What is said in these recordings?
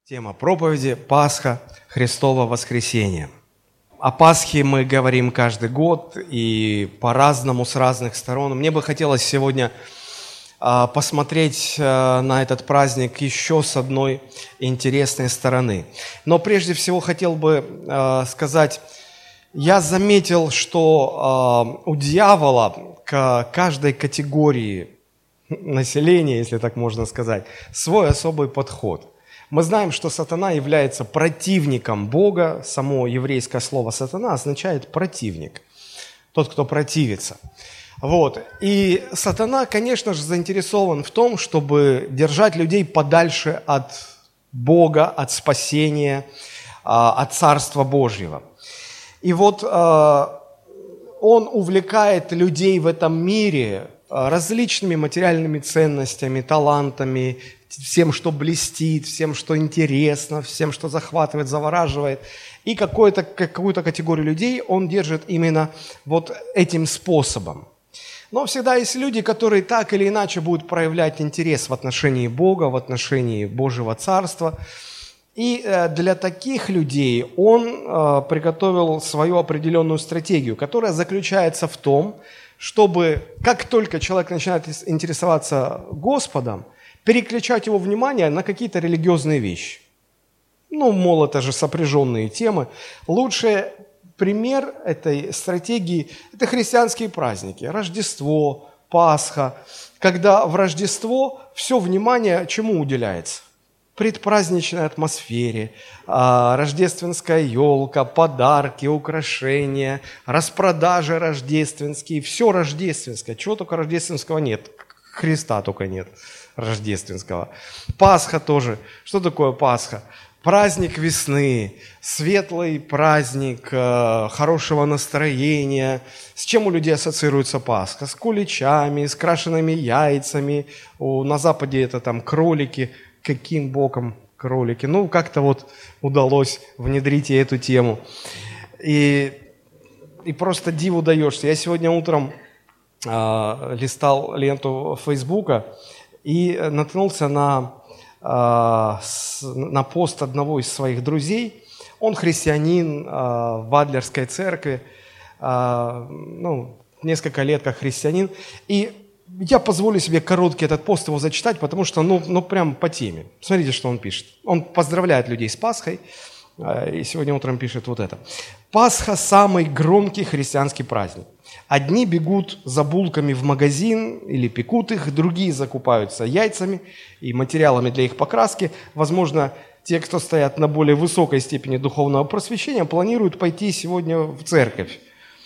Тема проповеди «Пасха, Христово воскресение». О Пасхе мы говорим каждый год и по-разному, с разных сторон. Мне бы хотелось сегодня посмотреть на этот праздник еще с одной интересной стороны. Но прежде всего хотел бы сказать, я заметил, что у дьявола к каждой категории населения, если так можно сказать, свой особый подход. Мы знаем, что сатана является противником Бога. Само еврейское слово «сатана» означает «противник», тот, кто противится. И сатана, конечно же, заинтересован в том, чтобы держать людей подальше от Бога, от спасения, от Царства Божьего. И он увлекает людей в этом мире различными материальными ценностями, талантами, всем, что блестит, всем, что интересно, всем, что захватывает, завораживает. И какую-то категорию людей он держит именно этим способом. Но всегда есть люди, которые так или иначе будут проявлять интерес в отношении Бога, в отношении Божьего Царства. И для таких людей он приготовил свою определенную стратегию, которая заключается в том, чтобы как только человек начинает интересоваться Господом, переключать его внимание на какие-то религиозные вещи. Это же сопряженные темы. Лучший пример этой стратегии – это христианские праздники. Рождество, Пасха. Когда в Рождество все внимание чему уделяется? Предпраздничной атмосфере, рождественская елка, подарки, украшения, распродажи рождественские, все рождественское. Чего только рождественского нет, Христа только нет рождественского. Пасха тоже. Что такое Пасха? Праздник весны, светлый праздник, хорошего настроения. С чем у людей ассоциируется Пасха? С куличами, с крашенными яйцами. На Западе это кролики. Каким боком кролики? Как-то удалось внедрить и эту тему. И просто диву даешься. Я сегодня утром листал ленту Фейсбука и наткнулся на пост одного из своих друзей. Он христианин в Адлерской церкви, несколько лет как христианин. И я позволю себе короткий этот пост его зачитать, потому что, прям по теме. Смотрите, что он пишет. Он поздравляет людей с Пасхой, и сегодня утром пишет это. «Пасха – самый громкий христианский праздник. Одни бегут за булками в магазин или пекут их, другие закупаются яйцами и материалами для их покраски. Возможно, те, кто стоят на более высокой степени духовного просвещения, планируют пойти сегодня в церковь.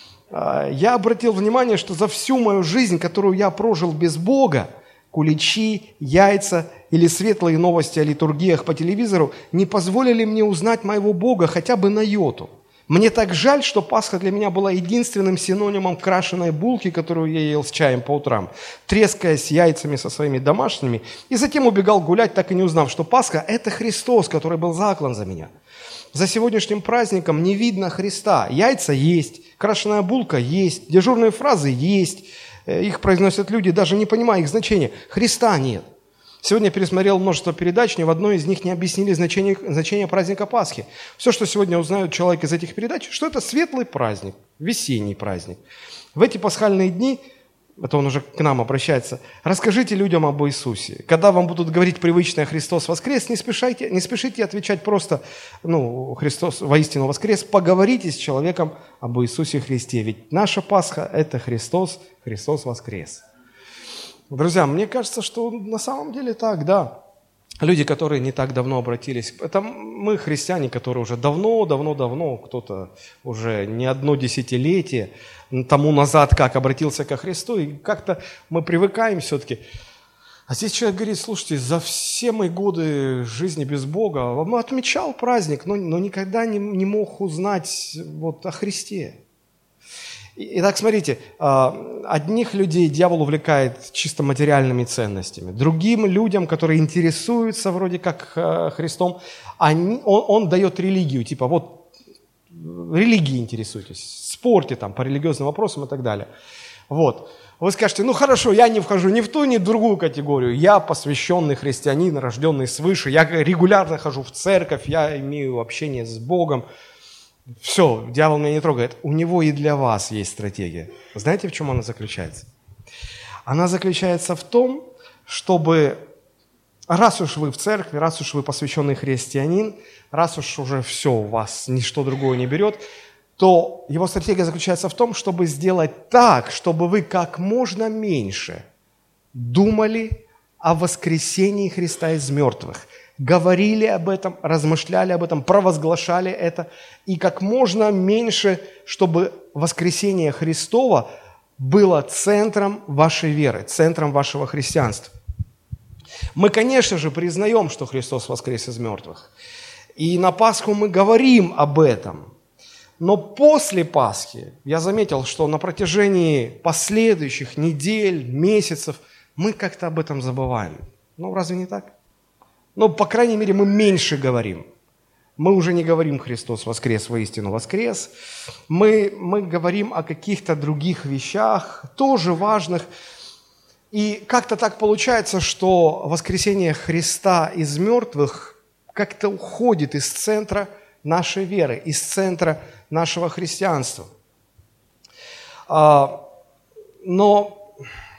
Я обратил внимание, что за всю мою жизнь, которую я прожил без Бога, куличи, яйца или светлые новости о литургиях по телевизору не позволили мне узнать моего Бога хотя бы на йоту. Мне так жаль, что Пасха для меня была единственным синонимом крашеной булки, которую я ел с чаем по утрам, трескаясь яйцами со своими домашними, и затем убегал гулять, так и не узнав, что Пасха – это Христос, который был заклан за меня. За сегодняшним праздником не видно Христа. Яйца есть, крашеная булка есть, дежурные фразы есть. Их произносят люди, даже не понимая их значения. Христа нет. Сегодня я пересмотрел множество передач, ни в одной из них не объяснили значение праздника Пасхи. Все, что сегодня узнает человек из этих передач, что это светлый праздник, весенний праздник. В эти пасхальные дни, это он уже к нам обращается, расскажите людям об Иисусе. Когда вам будут говорить привычное «Христос воскрес», не спешите отвечать просто «Христос воистину воскрес», поговорите с человеком об Иисусе Христе. Ведь наша Пасха – это Христос, Христос воскрес. Друзья, мне кажется, что на самом деле так, да. Люди, которые не так давно обратились, это мы, христиане, которые уже давно, кто-то уже не одно десятилетие тому назад, как обратился ко Христу, и как-то мы привыкаем все-таки. А здесь человек говорит: слушайте, за все мои годы жизни без Бога отмечал праздник, но никогда не мог узнать о Христе. Итак, смотрите, одних людей дьявол увлекает чисто материальными ценностями, другим людям, которые интересуются вроде как Христом, он дает религию, религией интересуйтесь, спорьте по религиозным вопросам и так далее. Вы скажете, ну хорошо, я не вхожу ни в ту, ни в другую категорию. Я посвященный христианин, рожденный свыше. Я регулярно хожу в церковь, я имею общение с Богом. Все, дьявол меня не трогает. У него и для вас есть стратегия. Знаете, в чем она заключается? Она заключается в том, чтобы, раз уж вы в церкви, раз уж вы посвященный христианин, раз уж уже все, у вас ничто другое не берет, то его стратегия заключается в том, чтобы сделать так, чтобы вы как можно меньше думали о воскресении Христа из мертвых, говорили об этом, размышляли об этом, провозглашали это, и как можно меньше, чтобы воскресение Христова было центром вашей веры, центром вашего христианства. Мы, конечно же, признаем, что Христос воскрес из мертвых, и на Пасху мы говорим об этом. Но после Пасхи я заметил, что на протяжении последующих недель, месяцев мы как-то об этом забываем. Ну, разве не так? Ну, по крайней мере, мы меньше говорим. Мы уже не говорим «Христос воскрес, воистину воскрес». Мы говорим о каких-то других вещах, тоже важных. И как-то так получается, что воскресение Христа из мертвых как-то уходит из центра нашей веры, из центра нашего христианства. Но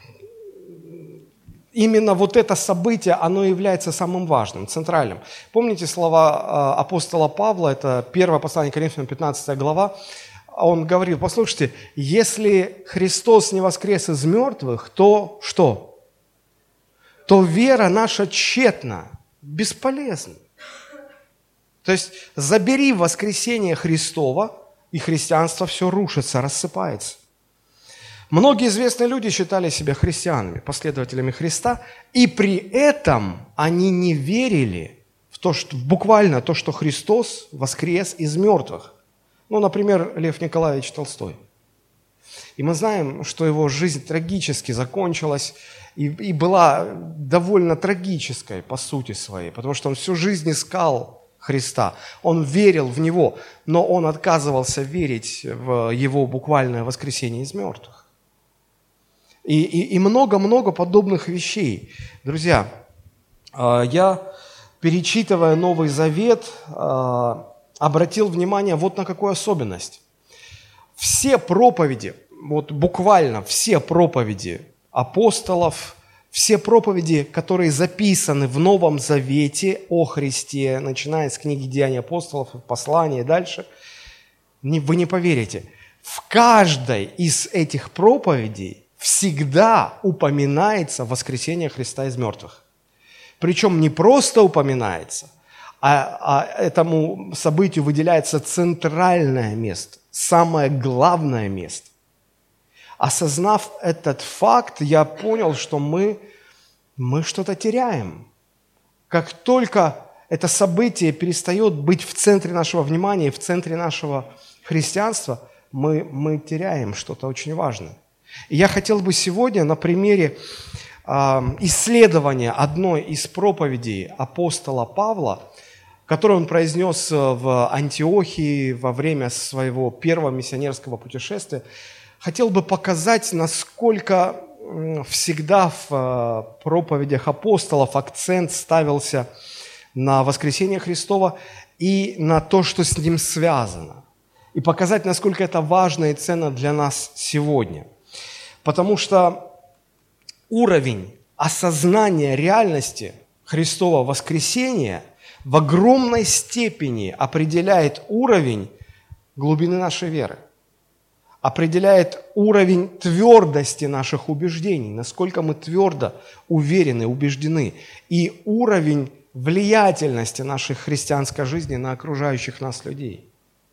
именно вот это событие, оно является самым важным, центральным. Помните слова апостола Павла, это 1 послание Коринфянам, 15 глава, он говорил, послушайте, если Христос не воскрес из мертвых, то что? То вера наша тщетна, бесполезна. То есть забери воскресение Христова, и христианство все рушится, рассыпается. Многие известные люди считали себя христианами, последователями Христа, и при этом они не верили в то, что, буквально то, что Христос воскрес из мертвых. Ну, например, Лев Николаевич Толстой. И мы знаем, что его жизнь трагически закончилась и была довольно трагической по сути своей, потому что он всю жизнь искал Христа, он верил в Него, но он отказывался верить в Его буквальное воскресение из мертвых. И много-много подобных вещей. Друзья, я, перечитывая Новый Завет, обратил внимание вот на какую особенность. Все проповеди, вот буквально все проповеди апостолов, все проповеди, которые записаны в Новом Завете о Христе, начиная с книги «Деяния апостолов», послания и дальше, вы не поверите, в каждой из этих проповедей всегда упоминается воскресение Христа из мертвых. Причем не просто упоминается, а этому событию выделяется центральное место, самое главное место. Осознав этот факт, я понял, что мы что-то теряем. Как только это событие перестает быть в центре нашего внимания, в центре нашего христианства, мы теряем что-то очень важное. И я хотел бы сегодня на примере исследования одной из проповедей апостола Павла, которую он произнес в Антиохии во время своего первого миссионерского путешествия, хотел бы показать, насколько всегда в проповедях апостолов акцент ставился на воскресение Христова и на то, что с ним связано. И показать, насколько это важно и ценно для нас сегодня. Потому что уровень осознания реальности Христова воскресения в огромной степени определяет уровень глубины нашей веры, определяет уровень твердости наших убеждений, насколько мы твердо уверены, убеждены, и уровень влиятельности нашей христианской жизни на окружающих нас людей.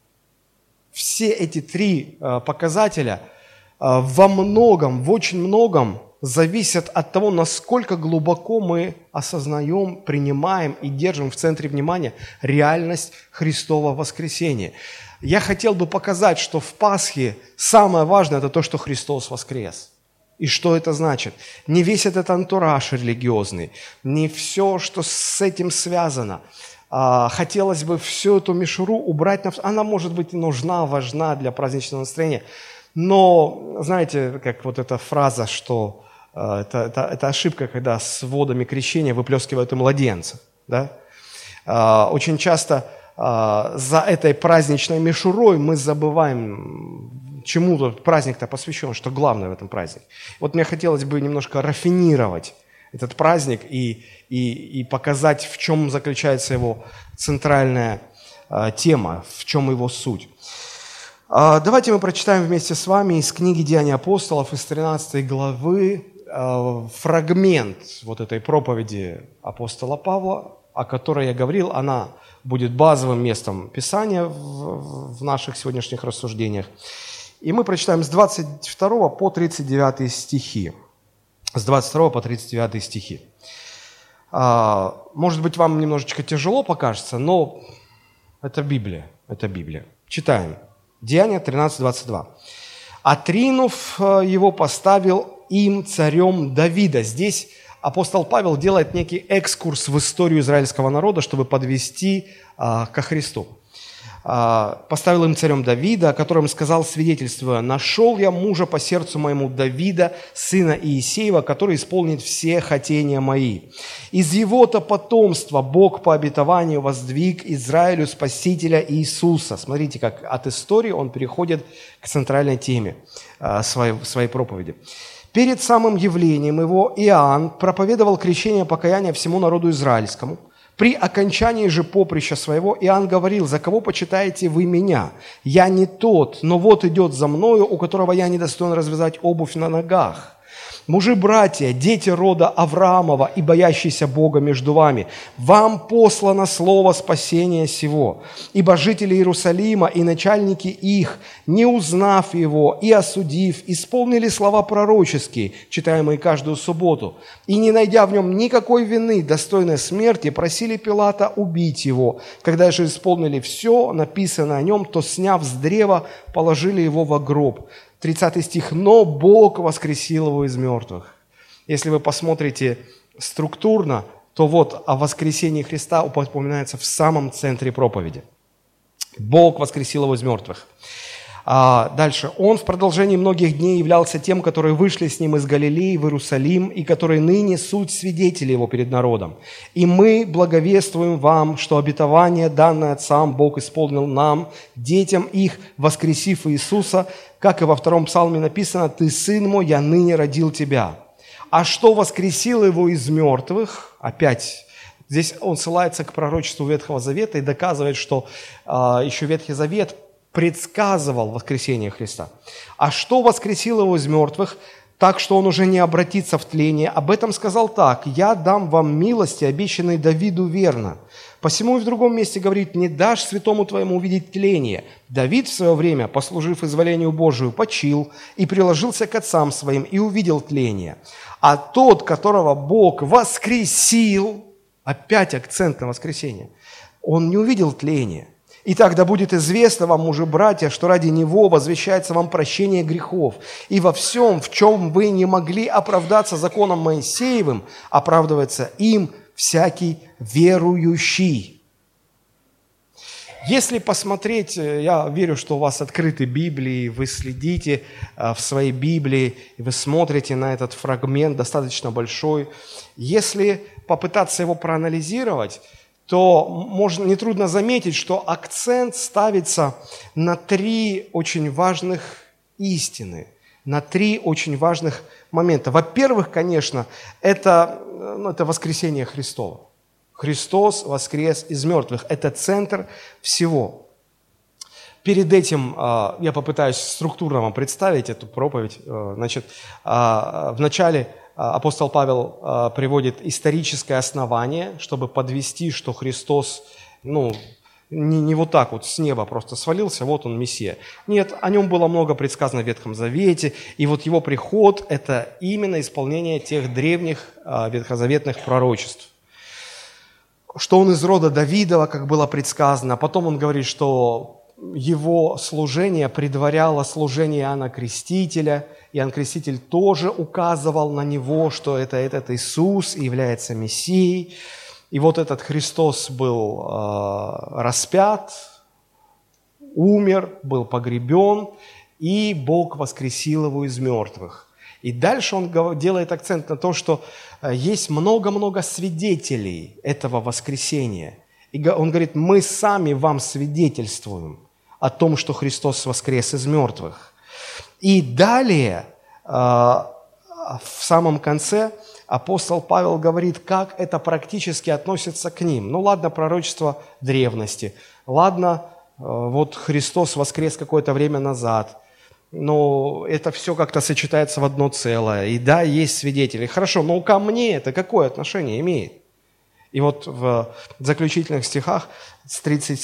Все эти три показателя во многом, в очень многом зависят от того, насколько глубоко мы осознаем, принимаем и держим в центре внимания реальность Христова воскресения. Я хотел бы показать, что в Пасхе самое важное – это то, что Христос воскрес. И что это значит? Не весь этот антураж религиозный, не все, что с этим связано. Хотелось бы всю эту мишуру убрать. Она может быть нужна, важна для праздничного настроения. Но, знаете, как вот эта фраза, что это ошибка, когда с водами крещения выплескивают и младенца. Да? Очень часто за этой праздничной мишурой мы забываем, чему тот праздник-то посвящен, что главное в этом празднике. Вот мне хотелось бы немножко рафинировать этот праздник и показать, в чем заключается его центральная тема, в чем его суть. Давайте мы прочитаем вместе с вами из книги «Деяния апостолов», из 13 главы, фрагмент вот этой проповеди апостола Павла, о которой я говорил. Она будет базовым местом Писания в наших сегодняшних рассуждениях. И мы прочитаем с 22 по 39 стихи. С 22 по 39 стихи. Может быть, вам немножечко тяжело покажется, но это Библия. Это Библия. Читаем. Деяния 13:22. «Отринув его, поставил им царем Давида». Здесь апостол Павел делает некий экскурс в историю израильского народа, чтобы подвести ко Христу. «Поставил им царем Давида, о котором сказал, свидетельствуя: нашел я мужа по сердцу моему, Давида, сына Иисеева, который исполнит все хотения мои. Из его-то потомства Бог по обетованию воздвиг Израилю Спасителя Иисуса». Смотрите, как от истории он переходит к центральной теме своей проповеди. «Перед самым явлением его Иоанн проповедовал крещение покаяния всему народу израильскому. При окончании же поприща своего Иоанн говорил: за кого почитаете вы меня? Я не тот, но вот идет за мною, у которого я недостоин развязать обувь на ногах. Мужи-братья, дети рода Авраамова и боящиеся Бога между вами, вам послано слово спасения сего. Ибо жители Иерусалима и начальники их, не узнав его и осудив, исполнили слова пророческие, читаемые каждую субботу, и, не найдя в нем никакой вины, достойной смерти, просили Пилата убить его. Когда же исполнили все, написанное о нем, то, сняв с древа, положили его во гроб». 30 стих. «Но Бог воскресил его из мертвых». Если вы посмотрите структурно, то вот о воскресении Христа упоминается в самом центре проповеди. Бог воскресил его из мертвых. Дальше. «Он в продолжении многих дней являлся тем, которые вышли с ним из Галилеи в Иерусалим, и которые ныне суть свидетели его перед народом. И мы благовествуем вам, что обетование, данное отцам, Бог исполнил нам, детям их, воскресив Иисуса, как и во 2 псалме написано: «Ты, сын мой, я ныне родил тебя». А что воскресил его из мертвых?» Опять здесь он ссылается к пророчеству Ветхого Завета и доказывает, что еще Ветхий Завет предсказывал воскресение Христа. «А что воскресил его из мертвых, так что он уже не обратится в тление? Об этом сказал так: я дам вам милости, обещанные Давиду верно. Посему и в другом месте говорит: не дашь святому твоему увидеть тление. Давид в свое время, послужив изволению Божию, почил и приложился к отцам своим и увидел тление. А тот, которого Бог воскресил», опять акцент на воскресение, «он не увидел тления. Итак, да будет известно вам, мужи-братья, что ради него возвещается вам прощение грехов, и во всем, в чем вы не могли оправдаться законом Моисеевым, оправдывается им всякий верующий». Если посмотреть, я верю, что у вас открыты Библии, вы следите в своей Библии, вы смотрите на этот фрагмент, достаточно большой. Если попытаться его проанализировать, то нетрудно заметить, что акцент ставится на 3 очень важных истины, на 3 очень важных момента. Во-первых, конечно, это воскресение Христово. Христос воскрес из мертвых. Это центр всего. Перед этим я попытаюсь структурно вам представить эту проповедь. Значит, вначале апостол Павел приводит историческое основание, чтобы подвести, что Христос, не вот так вот с неба просто свалился, вот он Мессия. Нет, о нем было много предсказано в Ветхом Завете, и вот его приход – это именно исполнение тех древних ветхозаветных пророчеств. Что он из рода Давидова, как было предсказано. Потом он говорит, что его служение предваряло служение Иоанна Крестителя. Иоанн Креститель тоже указывал на него, что это этот Иисус является Мессией. И вот этот Христос был распят, умер, был погребен, и Бог воскресил его из мертвых. И дальше он делает акцент на то, что есть много-много свидетелей этого воскресения. И он говорит, мы сами вам свидетельствуем о том, что Христос воскрес из мертвых. И далее, в самом конце, апостол Павел говорит, как это практически относится к ним. Ну ладно, пророчество древности, ладно, вот Христос воскрес какое-то время назад, но это все как-то сочетается в одно целое. И да, есть свидетели. Хорошо, но ко мне это какое отношение имеет? И вот в заключительных стихах с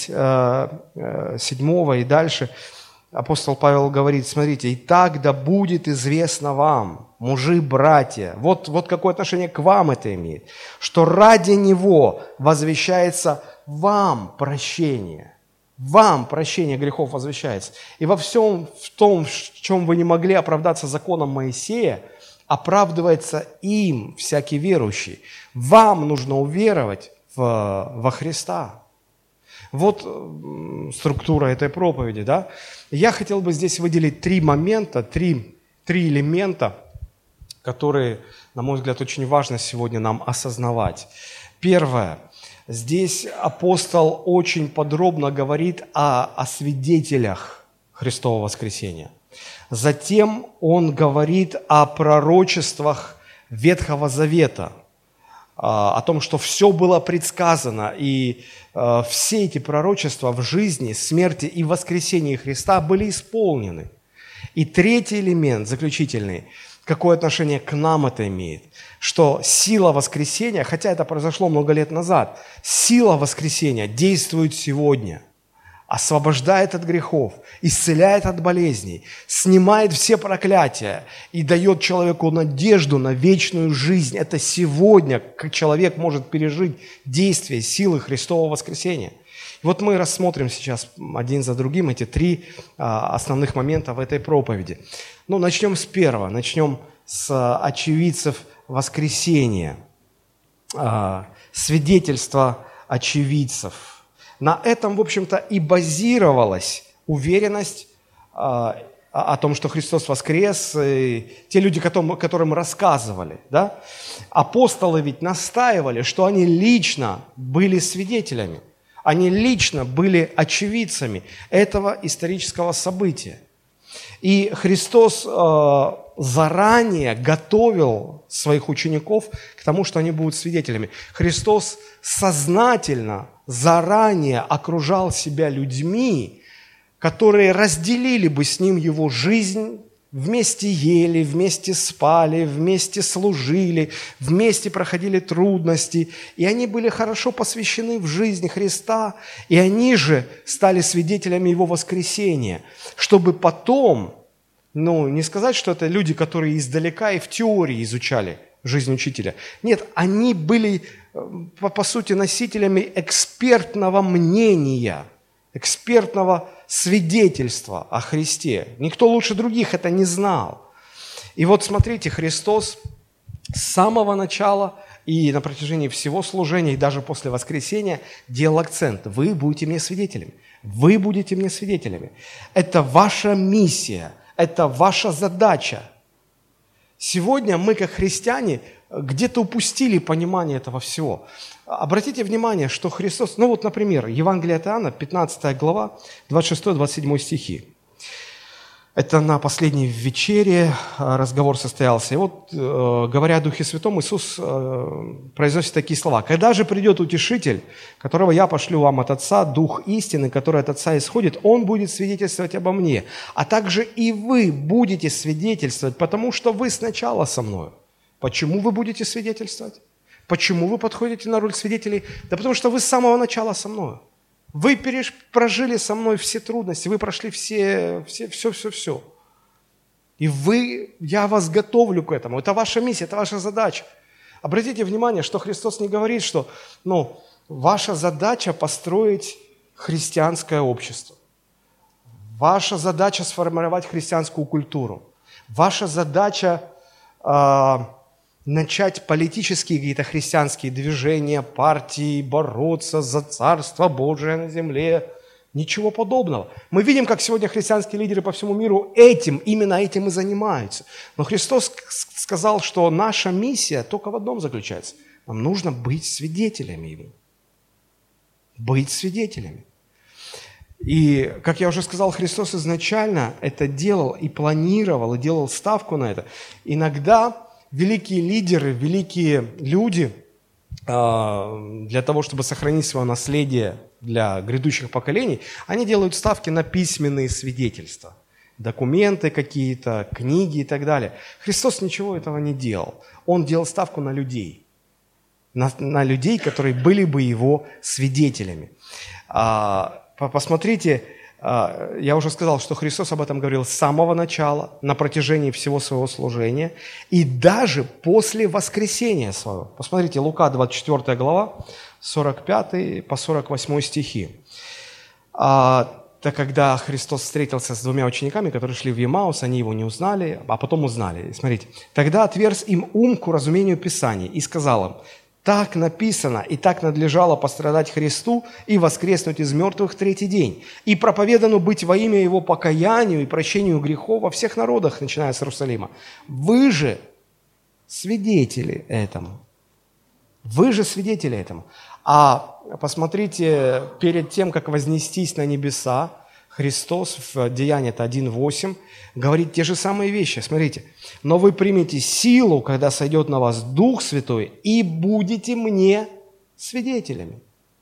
37 и дальше апостол Павел говорит, смотрите, «Итак, да будет известно вам, мужи, братья». Вот какое отношение к вам это имеет. Что ради Него возвещается вам прощение. Вам прощение грехов возвещается. И во всем в том, в чем вы не могли оправдаться законом Моисея, оправдывается им всякий верующий. Вам нужно уверовать во Христа. Вот структура этой проповеди, да? Я хотел бы здесь выделить три момента, три элемента, которые, на мой взгляд, очень важно сегодня нам осознавать. Первое. Здесь апостол очень подробно говорит о свидетелях Христового воскресения. Затем он говорит о пророчествах Ветхого Завета, о том, что все было предсказано, и все эти пророчества в жизни, смерти и воскресении Христа были исполнены. И третий элемент, заключительный, какое отношение к нам это имеет, что сила воскресения, хотя это произошло много лет назад, сила воскресения действует сегодня, освобождает от грехов, исцеляет от болезней, снимает все проклятия и дает человеку надежду на вечную жизнь. Это сегодня человек может пережить действие силы Христового воскресения. И вот мы рассмотрим сейчас один за другим эти три основных момента в этой проповеди. Ну, начнем с первого, начнем с очевидцев воскресения, свидетельства очевидцев. На этом, в общем-то, и базировалась уверенность о том, что Христос воскрес, и те люди, которым рассказывали. Да? Апостолы ведь настаивали, что они лично были свидетелями, они лично были очевидцами этого исторического события. И Христос заранее готовил своих учеников к тому, что они будут свидетелями. Христос сознательно, заранее окружал себя людьми, которые разделили бы с Ним Его жизнь, вместе ели, вместе спали, вместе служили, вместе проходили трудности. И они были хорошо посвящены в жизнь Христа, и они же стали свидетелями Его воскресения, чтобы потом, не сказать, что это люди, которые издалека и в теории изучали жизнь учителя. Нет, они были, по сути, носителями экспертного мнения, экспертного свидетельства о Христе. Никто лучше других это не знал. И вот смотрите, Христос с самого начала и на протяжении всего служения, и даже после воскресения делал акцент. Вы будете мне свидетелями. Вы будете мне свидетелями. Это ваша миссия, это ваша задача. Сегодня мы, как христиане, где-то упустили понимание этого всего. Обратите внимание, что Христос, например, Евангелие от Иоанна, 15 глава, 26-27 стихи. Это на последней вечере разговор состоялся. И вот, говоря о Духе Святом, Иисус произносит такие слова. «Когда же придет Утешитель, которого я пошлю вам от Отца, Дух истины, который от Отца исходит, Он будет свидетельствовать обо мне, а также и вы будете свидетельствовать, потому что вы сначала со мною». Почему вы будете свидетельствовать? Почему вы подходите на роль свидетелей? Да потому что вы с самого начала со мною. Вы прожили со мной все трудности, вы прошли все. И я вас готовлю к этому. Это ваша миссия, это ваша задача. Обратите внимание, что Христос не говорит, что ваша задача построить христианское общество. Ваша задача сформировать христианскую культуру. Ваша задача начать политические какие-то христианские движения, партии, бороться за Царство Божие на земле. Ничего подобного. Мы видим, как сегодня христианские лидеры по всему миру именно этим и занимаются. Но Христос сказал, что наша миссия только в одном заключается. Нам нужно быть свидетелями Его. Быть свидетелями. И, как я уже сказал, Христос изначально это делал и планировал, и делал ставку на это. Иногда великие лидеры, великие люди для того, чтобы сохранить свое наследие для грядущих поколений, они делают ставки на письменные свидетельства, документы какие-то, книги и так далее. Христос ничего этого не делал. Он делал ставку на людей, на людей, которые были бы Его свидетелями. Посмотрите, я уже сказал, что Христос об этом говорил с самого начала, на протяжении всего своего служения и даже после воскресения своего. Посмотрите, Лука, 24 глава, 45 по 48 стихи. Так когда Христос встретился с двумя учениками, которые шли в Емаус, они Его не узнали, а потом узнали. Смотрите, «Тогда отверз им ум к уразумению Писаний и сказал им: так написано, и так надлежало пострадать Христу и воскреснуть из мертвых в третий день, и проповедану быть во имя Его покаянию и прощению грехов во всех народах, начиная с Иерусалима. Вы же свидетели этому». Вы же свидетели этому. А посмотрите, перед тем, как вознестись на небеса, Христос в Деянии 1:8 говорит те же самые вещи. Смотрите. «Но вы примете силу, когда сойдет на вас Дух Святой, и будете мне свидетелями».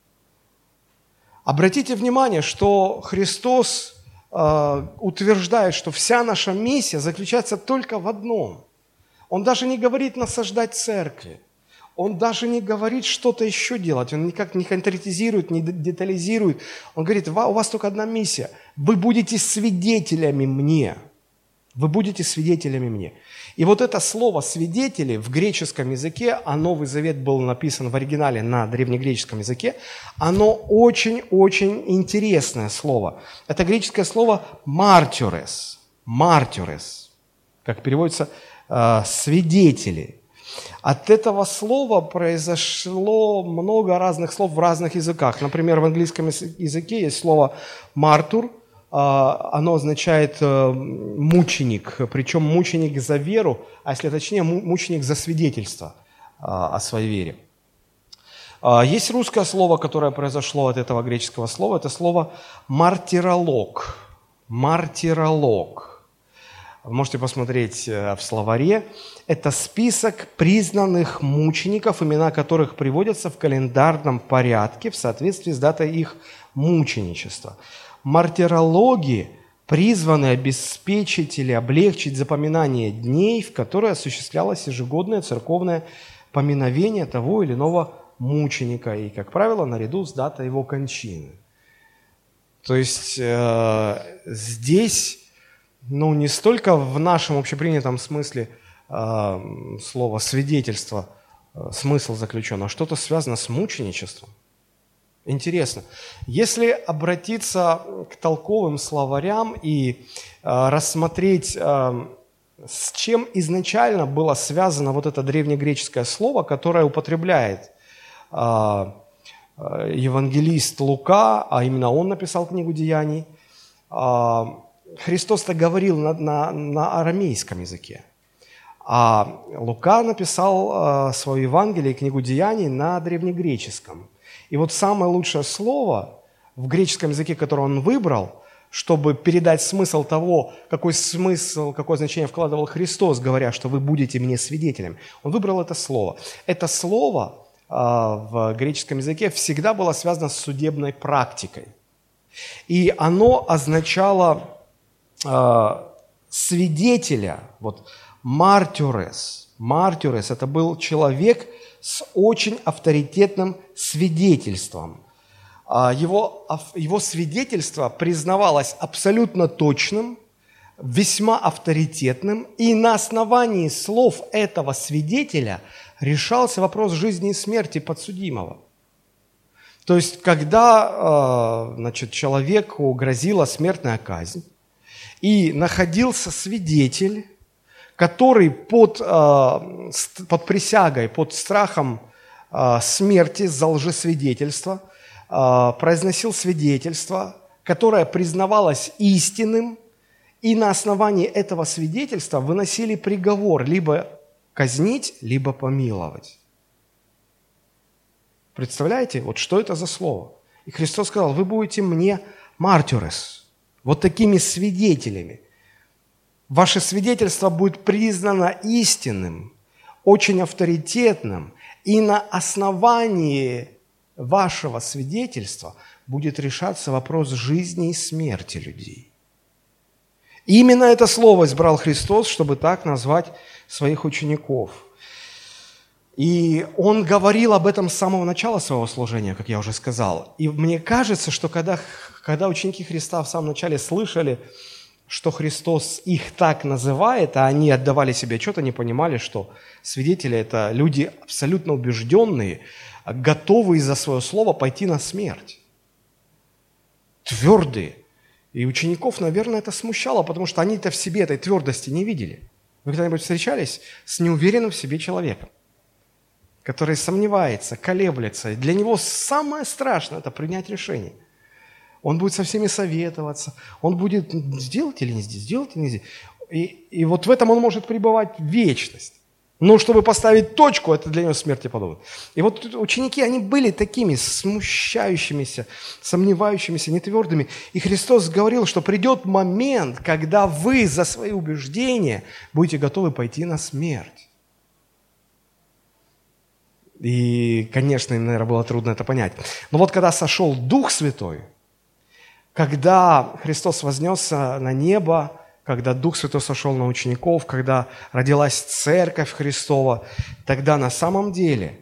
Обратите внимание, что Христос утверждает, что вся наша миссия заключается только в одном. Он даже не говорит насаждать церкви. Он даже не говорит что-то еще делать, он никак не конкретизирует, не детализирует. Он говорит, у вас только одна миссия. Вы будете свидетелями мне. Вы будете свидетелями мне. И вот это слово «свидетели» в греческом языке, а Новый Завет был написан в оригинале на древнегреческом языке, оно очень-очень интересное слово. Это греческое слово «мартюрес». «Мартюрес», как переводится «свидетели». От этого слова произошло много разных слов в разных языках. Например, в английском языке есть слово «мартур». Оно означает мученик, причем мученик за веру, а если точнее, мученик за свидетельство о своей вере. Есть русское слово, которое произошло от этого греческого слова, это слово «мартиролог». Мартиролог. Вы можете посмотреть в словаре. Это список признанных мучеников, имена которых приводятся в календарном порядке в соответствии с датой их мученичества. Мартирологи призваны обеспечить или облегчить запоминание дней, в которые осуществлялось ежегодное церковное поминовение того или иного мученика, и, как правило, наряду с датой его кончины. То есть здесь, не столько в нашем общепринятом смысле слова «свидетельство» смысл заключен, а что-то связано с мученичеством. Интересно. Если обратиться к толковым словарям и рассмотреть, с чем изначально было связано вот это древнегреческое слово, которое употребляет евангелист Лука, а именно он написал книгу «Деяний», Христос-то говорил на арамейском языке, а Лука написал свое Евангелие, книгу «Деяний» на древнегреческом. И вот самое лучшее слово в греческом языке, которое он выбрал, чтобы передать смысл того, какой смысл, какое значение вкладывал Христос, говоря, что вы будете мне свидетелем, он выбрал это слово. Это слово в греческом языке всегда было связано с судебной практикой. И оно означало свидетеля, мартюрес. Мартюрес – это был человек с очень авторитетным свидетельством. Его свидетельство признавалось абсолютно точным, весьма авторитетным, и на основании слов этого свидетеля решался вопрос жизни и смерти подсудимого. То есть, когда человеку грозила смертная казнь, и находился свидетель, который под присягой, под страхом смерти за лжесвидетельство произносил свидетельство, которое признавалось истинным, и на основании этого свидетельства выносили приговор либо казнить, либо помиловать. Представляете, вот что это за слово? И Христос сказал: вы будете мне мартирес, вот такими свидетелями. Ваше свидетельство будет признано истинным, очень авторитетным, и на основании вашего свидетельства будет решаться вопрос жизни и смерти людей. Именно это слово избрал Христос, чтобы так назвать своих учеников. И Он говорил об этом с самого начала своего служения, как я уже сказал. И мне кажется, что когда ученики Христа в самом начале слышали, что Христос их так называет, а они отдавали себе отчет, они понимали, что свидетели – это люди абсолютно убежденные, готовые за свое слово пойти на смерть. Твердые. И учеников, наверное, это смущало, потому что они-то в себе этой твердости не видели. Вы когда-нибудь встречались с неуверенным в себе человеком, который сомневается, колеблется? Для него самое страшное – это принять решение. Он будет со всеми советоваться, он будет сделать или не сделать, или не сделать. И вот в этом он может пребывать вечность. Но чтобы поставить точку, это для него смерти подобно. И вот ученики, они были такими смущающимися, сомневающимися, нетвердыми. И Христос говорил, что придет момент, когда вы за свои убеждения будете готовы пойти на смерть. И, конечно, им, наверное, было трудно это понять. Но вот когда сошел Дух Святой, когда Христос вознесся на небо, когда Дух Святой сошел на учеников, когда родилась Церковь Христова, тогда на самом деле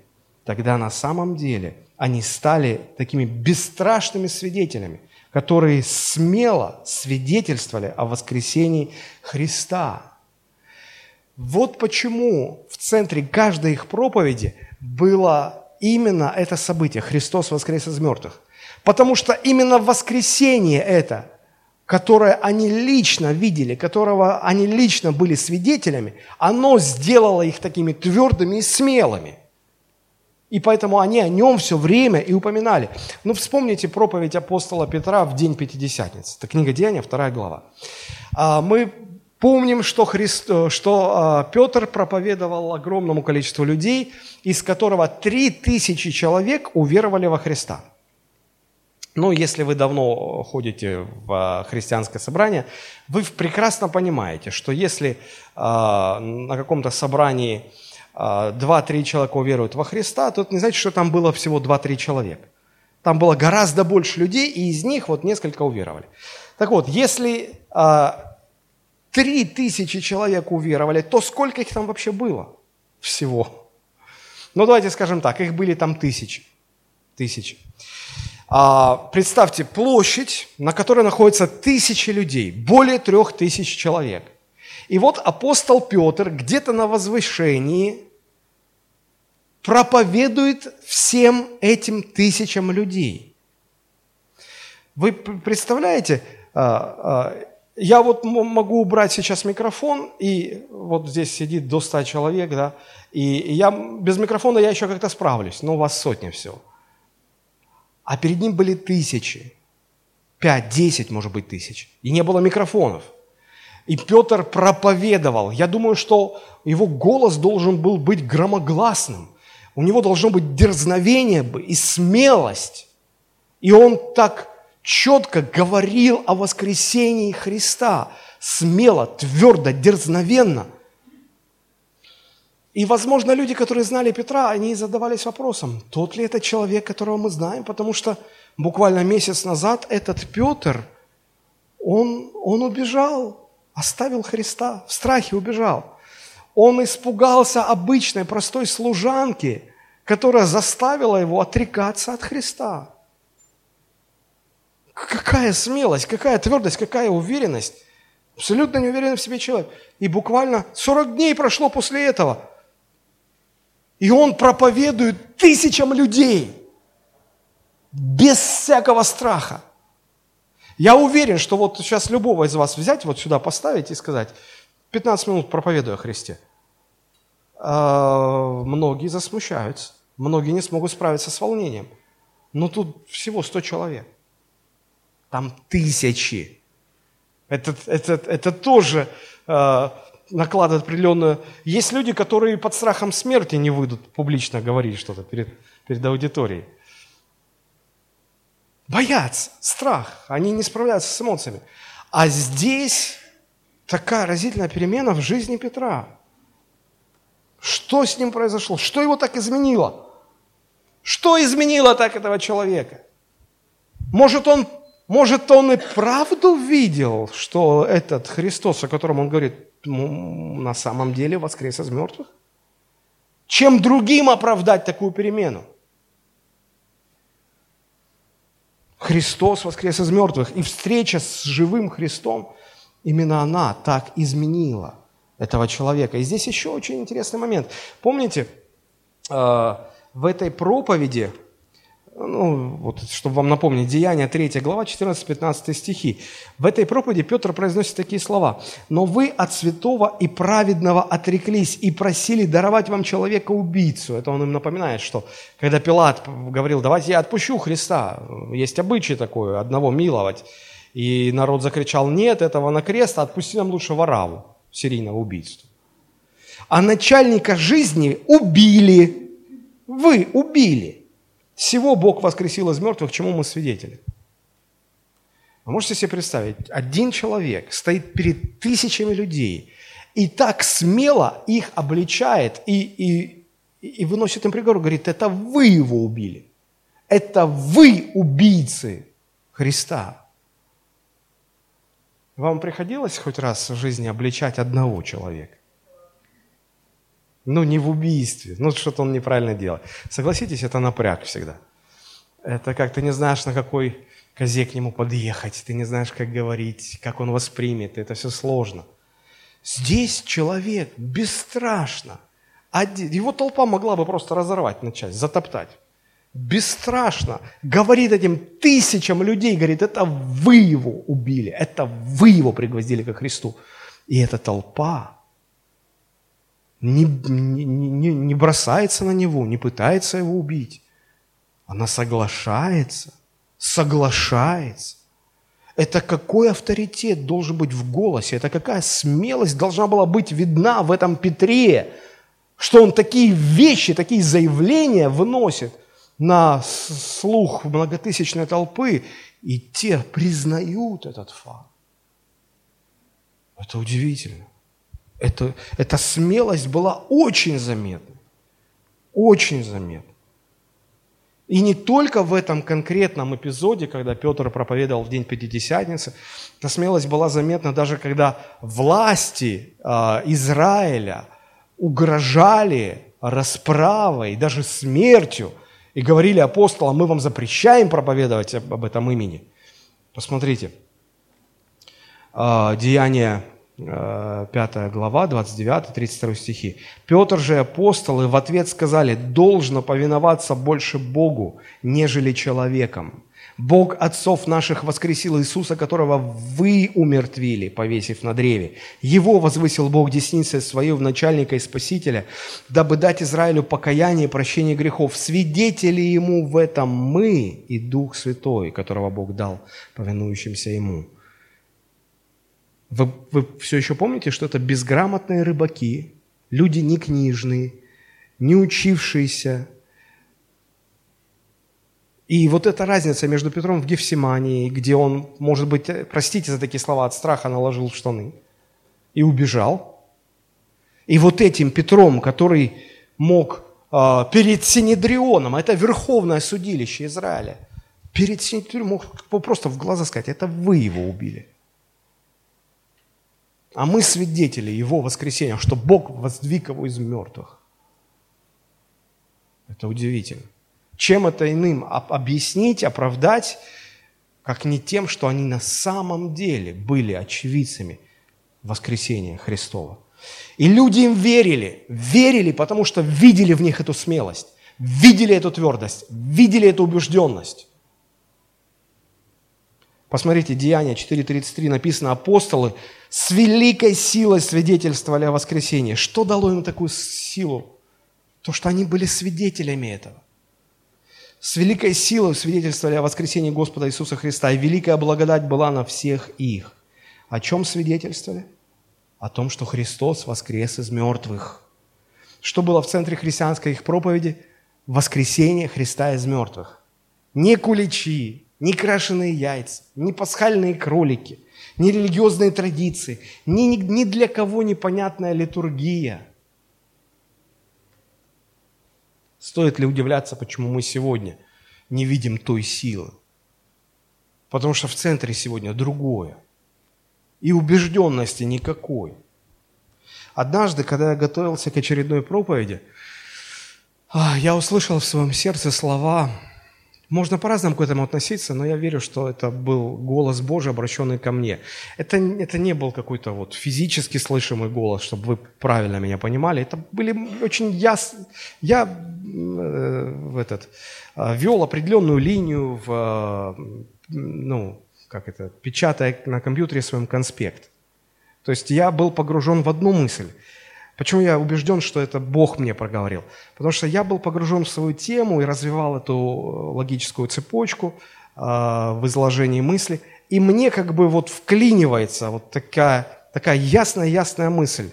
они стали такими бесстрашными свидетелями, которые смело свидетельствовали о воскресении Христа. Вот почему в центре каждой их проповеди было именно это событие – Христос воскрес из мертвых. Потому что именно воскресение это, которое они лично видели, которого они лично были свидетелями, оно сделало их такими твердыми и смелыми. И поэтому они о нем все время и упоминали. Ну, вспомните проповедь апостола Петра в день Пятидесятницы. Это книга Деяния, 2 глава. Мы помним, что Петр проповедовал огромному количеству людей, из которого 3000 человек уверовали во Христа. Ну, если вы давно ходите в христианское собрание, вы прекрасно понимаете, что если на каком-то собрании 2-3 человека уверуют во Христа, то это не значит, что там было всего 2-3 человека. Там было гораздо больше людей, и из них вот несколько уверовали. Так вот, если 3000 человек уверовали, то сколько их там вообще было всего? Ну, давайте скажем так, их были там тысячи. Представьте площадь, на которой находится 1000 людей, более 3000 человек. И вот апостол Петр где-то на возвышении проповедует всем этим 1000 людей. Вы представляете, я вот могу убрать сейчас микрофон, и вот здесь сидит до 100 человек, да, и я без микрофона я еще как-то справлюсь, но у вас сотня всего. А перед ним были 1000, 5-10, может быть, тысяч. И не было микрофонов. И Петр проповедовал. Я думаю, что его голос должен был быть громогласным. У него должно быть дерзновение и смелость. И он так четко говорил о воскресении Христа. Смело, твердо, дерзновенно. И, возможно, люди, которые знали Петра, они задавались вопросом, тот ли это человек, которого мы знаем, потому что буквально месяц назад этот Петр, он убежал, оставил Христа, в страхе убежал. Он испугался обычной, простой служанки, которая заставила его отрекаться от Христа. Какая смелость, какая твердость, какая уверенность. Абсолютно неуверенный в себе человек. И буквально 40 дней прошло после этого. И он проповедует 1000 людей без всякого страха. Я уверен, что вот сейчас любого из вас взять, вот сюда поставить и сказать, 15 минут проповедую о Христе. Многие засмущаются, многие не смогут справиться с волнением. Но тут всего 100 человек. там тысячи. Это тоже накладывает определенную... Есть люди, которые под страхом смерти не выйдут публично говорить что-то перед аудиторией. Боятся, страх, они не справляются с эмоциями. А здесь такая разительная перемена в жизни Петра. Что с ним произошло? Что его так изменило? Что изменило так этого человека? Может, он и правду видел, что этот Христос, о котором он говорит, на самом деле воскрес из мертвых? Чем другим оправдать такую перемену? Христос воскрес из мертвых, и встреча с живым Христом, именно она так изменила этого человека. И здесь еще очень интересный момент. Помните, в этой проповеди, чтобы вам напомнить, Деяния 3 глава, 14-15 стихи. В этой проповеди Петр произносит такие слова. «Но вы от святого и праведного отреклись и просили даровать вам человека-убийцу». Это он им напоминает, что когда Пилат говорил, давайте я отпущу Христа, есть обычай такой, одного миловать. И народ закричал, нет, этого на крест, отпусти нам лучше Варавву, серийного убийцу. А начальника жизни убили, вы убили. Всего Бог воскресил из мертвых, чему мы свидетели. Вы можете себе представить, один человек стоит перед тысячами людей и так смело их обличает и выносит им приговор, говорит, это вы его убили, это вы убийцы Христа. Вам приходилось хоть раз в жизни обличать одного человека? Не в убийстве, что-то он неправильно делает. Согласитесь, это напряг всегда. Это как ты не знаешь, на какой козе к нему подъехать, ты не знаешь, как говорить, как он воспримет, это все сложно. Здесь человек бесстрашно, его толпа могла бы просто разорвать на части, затоптать. Бесстрашно говорит этим тысячам людей, говорит, это вы его убили, это вы его пригвоздили ко Христу. И эта толпа не бросается на него, не пытается его убить. Она соглашается. Это какой авторитет должен быть в голосе, это какая смелость должна была быть видна в этом Петре, что он такие вещи, такие заявления выносит на слух многотысячной толпы, и те признают этот факт. Это удивительно. Эта смелость была очень заметна. Очень заметна. И не только в этом конкретном эпизоде, когда Петр проповедовал в день Пятидесятницы, эта смелость была заметна даже когда власти Израиля угрожали расправой, даже смертью, и говорили апостолам, мы вам запрещаем проповедовать об этом имени. Посмотрите, Деяния 5 глава, 29-32 стихи. «Петр же и апостолы в ответ сказали, должно повиноваться больше Богу, нежели человеком. Бог отцов наших воскресил Иисуса, которого вы умертвили, повесив на древе. Его возвысил Бог десницей своей в начальника и спасителя, дабы дать Израилю покаяние и прощение грехов. Свидетели ему в этом мы и Дух Святой, которого Бог дал повинующимся ему». Вы все еще помните, что это безграмотные рыбаки, люди не книжные, не учившиеся. И вот эта разница между Петром в Гефсимании, где он, может быть, простите за такие слова, от страха наложил в штаны и убежал, и вот этим Петром, который мог перед Синедрионом, это верховное судилище Израиля, перед Синедрионом мог просто в глаза сказать, это вы его убили. А мы свидетели Его воскресения, что Бог воздвиг Его из мертвых. Это удивительно. Чем это иным объяснить, оправдать, как не тем, что они на самом деле были очевидцами воскресения Христова. И люди им верили, потому что видели в них эту смелость, видели эту твердость, видели эту убежденность. Посмотрите, Деяния 4:33 написано, апостолы с великой силой свидетельствовали о воскресении. Что дало им такую силу? То, что они были свидетелями этого. с великой силой свидетельствовали о воскресении Господа Иисуса Христа, и великая благодать была на всех их. О чем свидетельствовали? О том, что Христос воскрес из мертвых. Что было в центре христианской их проповеди? Воскресение Христа из мертвых. Не куличи, не крашеные яйца, не пасхальные кролики, не религиозные традиции, ни для кого непонятная литургия. Стоит ли удивляться, почему мы сегодня не видим той силы? Потому что в центре сегодня другое. И убежденности никакой. Однажды, когда я готовился к очередной проповеди, я услышал в своем сердце слова. Можно по-разному к этому относиться, но я верю, что это был голос Божий, обращенный ко мне. Это не был какой-то вот физически слышимый голос, чтобы вы правильно меня понимали. Это были очень ясно. Я вел определенную линию, печатая на компьютере своем конспект. То есть я был погружен в одну мысль. Почему я убежден, что это Бог мне проговорил? Потому что я был погружен в свою тему и развивал эту логическую цепочку в изложении мысли, и мне как бы вот вклинивается вот такая ясная мысль.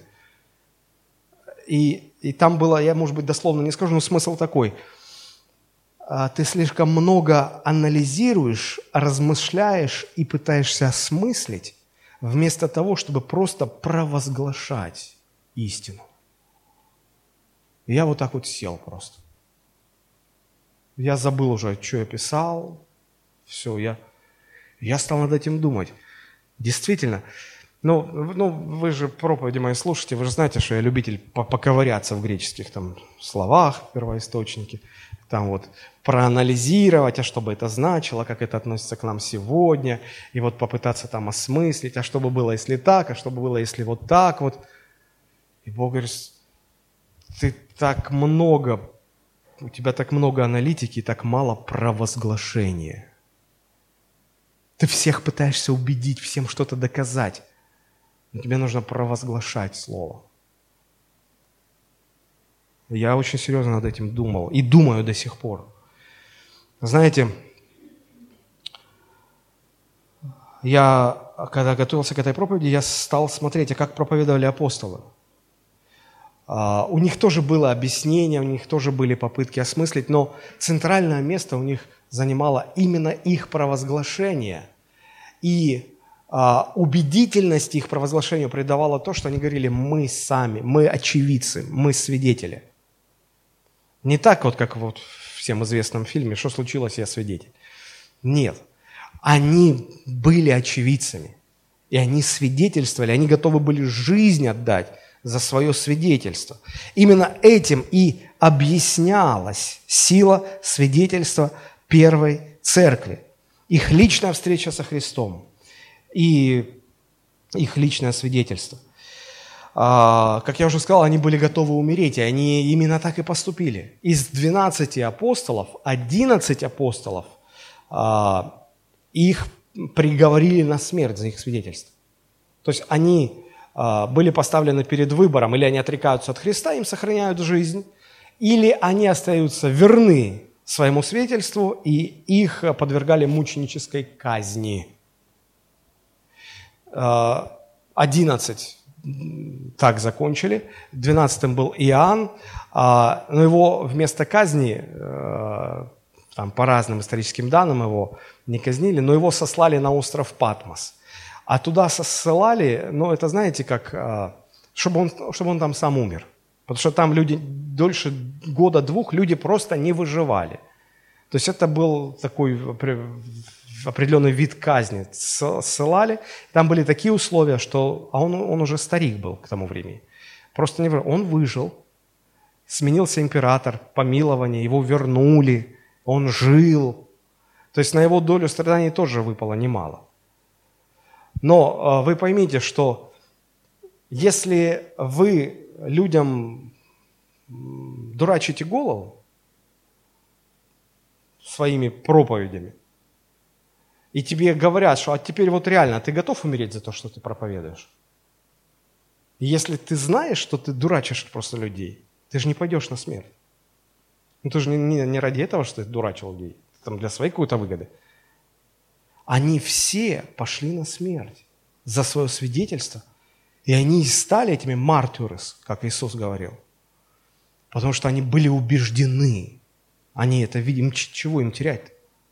И там было, я, может быть, дословно не скажу, но смысл такой. Ты слишком много анализируешь, размышляешь и пытаешься осмыслить, вместо того, чтобы просто провозглашать истину. И я вот так вот сел просто. Я забыл уже, что я писал. Все, я стал над этим думать. Действительно, вы же проповеди мои слушаете, вы же знаете, что я любитель поковыряться в греческих там словах, первоисточнике, там вот проанализировать, а что бы это значило, как это относится к нам сегодня, и вот попытаться там осмыслить, а что бы было, если так, а что бы было, если вот так вот. И Бог говорит, у тебя так много аналитики и так мало провозглашения. Ты всех пытаешься убедить, всем что-то доказать. Но тебе нужно провозглашать Слово. Я очень серьезно над этим думал и думаю до сих пор. Знаете, когда готовился к этой проповеди, я стал смотреть, как проповедовали апостолы. У них тоже было объяснение, у них тоже были попытки осмыслить, но центральное место у них занимало именно их провозглашение. И убедительность их провозглашению придавало то, что они говорили: мы сами, мы очевидцы, мы свидетели. Не так вот, как вот в всем известном фильме «Что случилось, я свидетель». Нет. Они были очевидцами, и они свидетельствовали, они готовы были жизнь отдать за свое свидетельство. Именно этим и объяснялась сила свидетельства первой церкви. Их личная встреча со Христом и их личное свидетельство. Как я уже сказал, они были готовы умереть, и они именно так и поступили. Из 12 апостолов, 11 апостолов их приговорили на смерть за их свидетельство. То есть они были поставлены перед выбором: или они отрекаются от Христа, им сохраняют жизнь, или они остаются верны своему свидетельству, и их подвергали мученической казни. 11 так закончили, 12-м был Иоанн, но его вместо казни, там, по разным историческим данным, его не казнили, но его сослали на остров Патмос. А туда ссылали, это знаете, как, чтобы он там сам умер. Потому что там люди дольше года-двух люди просто не выживали. То есть это был такой определенный вид казни. Ссылали, там были такие условия, что он уже старик был к тому времени. Просто не выжил. Он выжил, сменился император, помилование, его вернули, он жил. То есть на его долю страданий тоже выпало немало. Но вы поймите, что если вы людям дурачите голову своими проповедями, и тебе говорят, что теперь вот реально ты готов умереть за то, что ты проповедуешь? И если ты знаешь, что ты дурачишь просто людей, ты же не пойдешь на смерть. Ну, ты же не ради этого, что ты дурачил людей, там для своей какой-то выгоды. Они все пошли на смерть за свое свидетельство, и они стали этими мартюрес, как Иисус говорил, потому что они были убеждены, они это видели, чего им терять-то?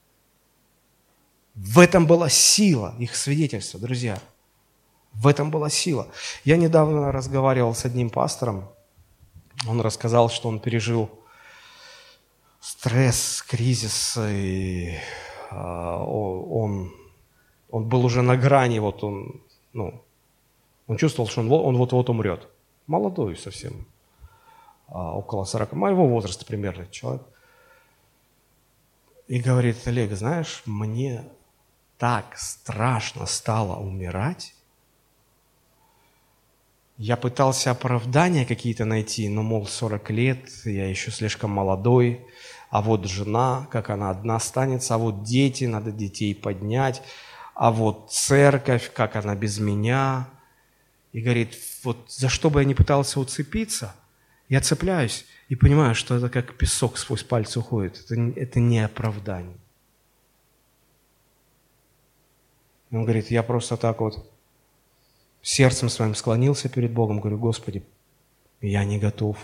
В этом была сила их свидетельства, друзья. В этом была сила. Я недавно разговаривал с одним пастором. Он рассказал, что он пережил стресс, кризис, и он был уже на грани, он чувствовал, что он вот-вот умрет. Молодой совсем, около 40, моего возраста примерно человек. И говорит: Олег, знаешь, мне так страшно стало умирать. Я пытался оправдания какие-то найти, но, мол, 40 лет, я еще слишком молодой, а вот жена, как она одна останется, а вот дети, надо детей поднять, а вот церковь, как она без меня. И говорит, вот за что бы я ни пытался уцепиться, я цепляюсь и понимаю, что это как песок сквозь пальцы уходит. Это не оправдание. Он говорит, я просто так вот сердцем своим склонился перед Богом, говорю, Господи, я не готов.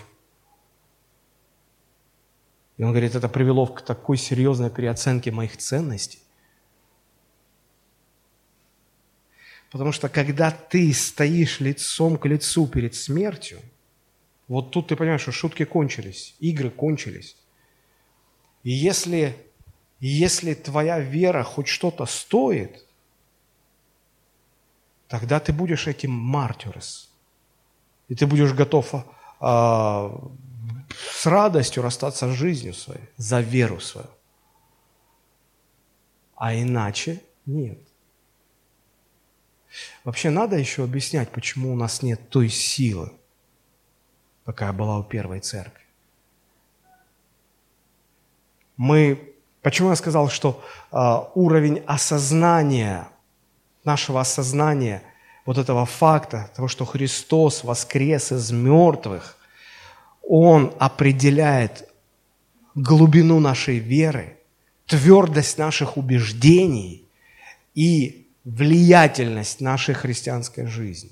И он говорит, это привело к такой серьезной переоценке моих ценностей. Потому что когда ты стоишь лицом к лицу перед смертью, вот тут ты понимаешь, что шутки кончились, игры кончились. И если твоя вера хоть что-то стоит, тогда ты будешь этим мартюрес. И ты будешь готов с радостью расстаться с жизнью своей, за веру свою. А иначе нет. Вообще надо еще объяснять, почему у нас нет той силы, какая была у первой церкви. Почему я сказал, что уровень осознания, нашего осознания вот этого факта, того, что Христос воскрес из мертвых, Он определяет глубину нашей веры, твердость наших убеждений и влиятельность нашей христианской жизни.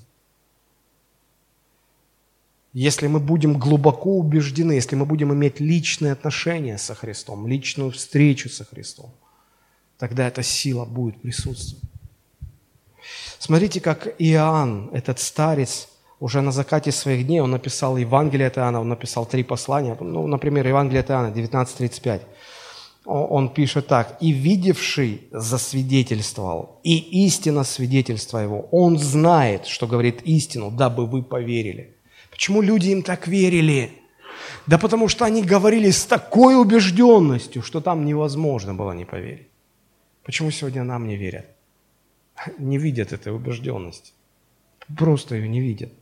Если мы будем глубоко убеждены, если мы будем иметь личные отношения со Христом, личную встречу со Христом, тогда эта сила будет присутствовать. Смотрите, как Иоанн, этот старец, уже на закате своих дней, он написал Евангелие от Иоанна, он написал 3 послания. Например, Евангелие от Иоанна, 19:35. Он пишет так. «И видевший засвидетельствовал, и истина свидетельства его. Он знает, что говорит истину, дабы вы поверили». Почему люди им так верили? Да потому что они говорили с такой убежденностью, что там невозможно было не поверить. Почему сегодня нам не верят? Не видят этой убежденности. Просто ее не видят.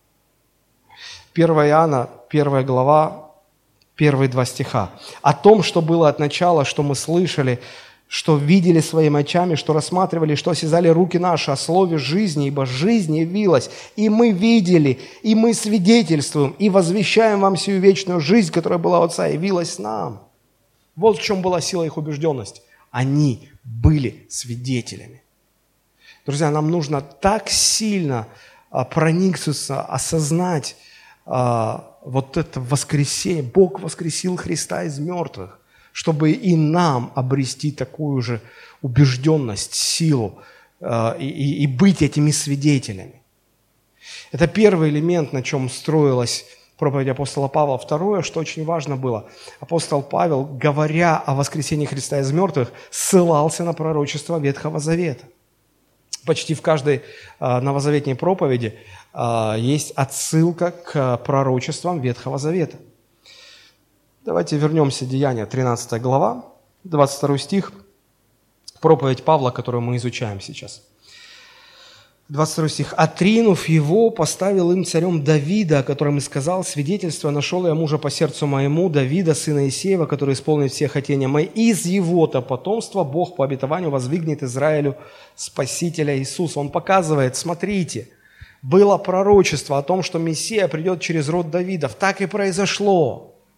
1 Иоанна, 1 глава, первые 2 стиха. «О том, что было от начала, что мы слышали, что видели своими очами, что рассматривали, что осязали руки наши о слове жизни, ибо жизнь явилась, и мы видели, и мы свидетельствуем, и возвещаем вам сию вечную жизнь, которая была у Отца, явилась нам». Вот в чем была сила их убежденности. Они были свидетелями. Друзья, нам нужно так сильно проникнуться, осознать вот это воскресение. Бог воскресил Христа из мертвых, чтобы и нам обрести такую же убежденность, силу и быть этими свидетелями. Это первый элемент, на чем строилась проповедь апостола Павла. Второе, что очень важно было, апостол Павел, говоря о воскресении Христа из мертвых, ссылался на пророчество Ветхого Завета. Почти в каждой новозаветной проповеди есть отсылка к пророчествам Ветхого Завета. Давайте вернемся, Деяния, 13 глава, 22 стих, проповедь Павла, которую мы изучаем сейчас. 22 стих. «Отринув его, поставил им царем Давида, о котором и сказал, свидетельство нашел я мужа по сердцу моему, Давида, сына Иссеева, который исполнит все хотения мои. Из его-то потомства Бог по обетованию воздвигнет Израилю Спасителя Иисуса». Он показывает, смотрите, было пророчество о том, что Мессия придет через род Давидов. Так и произошло.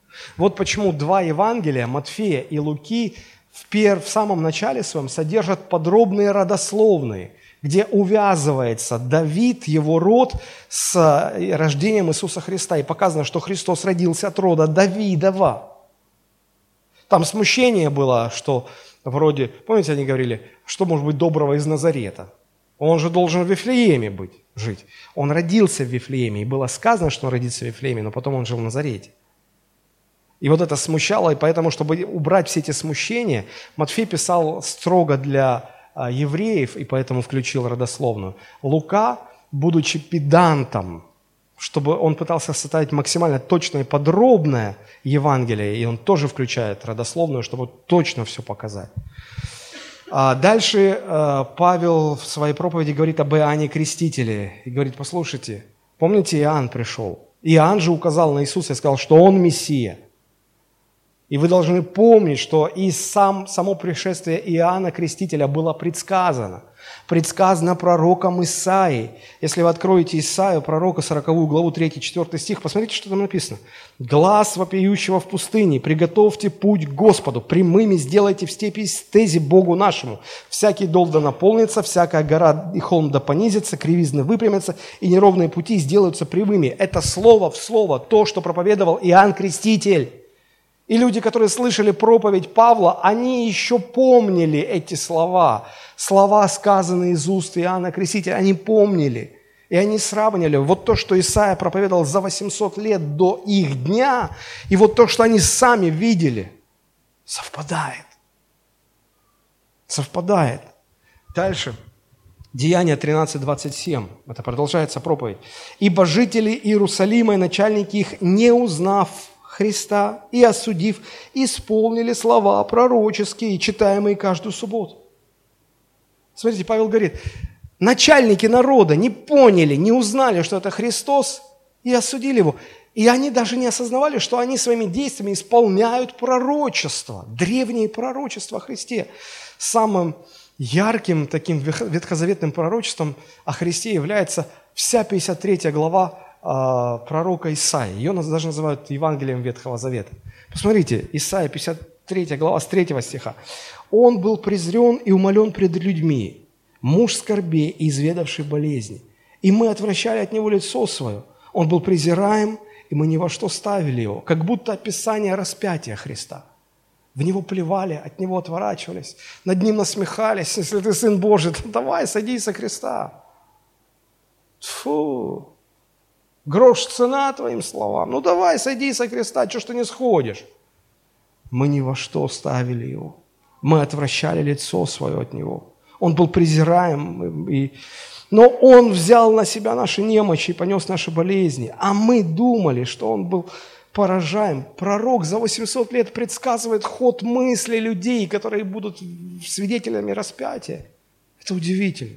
Вот почему два Евангелия, Матфея и Луки, в самом начале своем содержат подробные родословные, где увязывается Давид, его род, с рождением Иисуса Христа. И показано, что Христос родился от рода Давидова. Там смущение было, что вроде, помните, они говорили, что может быть доброго из Назарета? Он же должен в Вифлееме жить. Он родился в Вифлееме, и было сказано, что он родится в Вифлееме, но потом он жил в Назарете. И вот это смущало, и поэтому, чтобы убрать все эти смущения, Матфей писал строго для евреев, и поэтому включил родословную. Лука, будучи педантом, чтобы он пытался составить максимально точное и подробное Евангелие, и он тоже включает родословную, чтобы точно все показать. А дальше Павел в своей проповеди говорит об Иоанне Крестителе, и говорит, послушайте, помните, Иоанн пришел, Иоанн же указал на Иисуса и сказал, что он Мессия. И вы должны помнить, что и само пришествие Иоанна Крестителя было предсказано. Предсказано пророком Исаией. Если вы откроете Исаию, пророка, 40 главу, 3-4 стих, посмотрите, что там написано. «Глас вопиющего в пустыне, приготовьте путь к Господу, прямыми сделайте в степи стези Богу нашему. Всякий дол да наполнится, всякая гора и холм да понизится, кривизны выпрямятся, и неровные пути сделаются прямыми». Это слово в слово, то, что проповедовал Иоанн Креститель. И люди, которые слышали проповедь Павла, они еще помнили эти слова. Слова, сказанные из уст Иоанна Крестителя, они помнили. И они сравнивали вот то, что Исаия проповедовал за 800 лет до их дня, и вот то, что они сами видели, совпадает. Совпадает. Дальше. Деяния 13:27. Это продолжается проповедь. «Ибо жители Иерусалима и начальники их, не узнав Христа и осудив, исполнили слова пророческие, читаемые каждую субботу». Смотрите, Павел говорит, начальники народа не поняли, не узнали, что это Христос, и осудили его. И они даже не осознавали, что они своими действиями исполняют пророчество, древние пророчества о Христе. Самым ярким таким ветхозаветным пророчеством о Христе является вся 53 глава пророка Исаии. Ее даже называют Евангелием Ветхого Завета. Посмотрите, Исаия, 53 глава, с 3 стиха. «Он был презрен и умолен пред людьми, муж скорбей и изведавший болезни. И мы отвращали от него лицо свое. Он был презираем, и мы ни во что ставили его». Как будто описание распятия Христа. В него плевали, от него отворачивались, над ним насмехались. Если ты Сын Божий, то давай, садись со креста. Фу! Грош цена твоим словам. Ну давай, сойди со креста, чего ж ты не сходишь? Мы ни во что ставили его. Мы отвращали лицо свое от него. Он был презираем, но он взял на себя наши немочи и понес наши болезни. А мы думали, что он был поражаем. Пророк за 800 лет предсказывает ход мысли людей, которые будут свидетелями распятия. Это удивительно.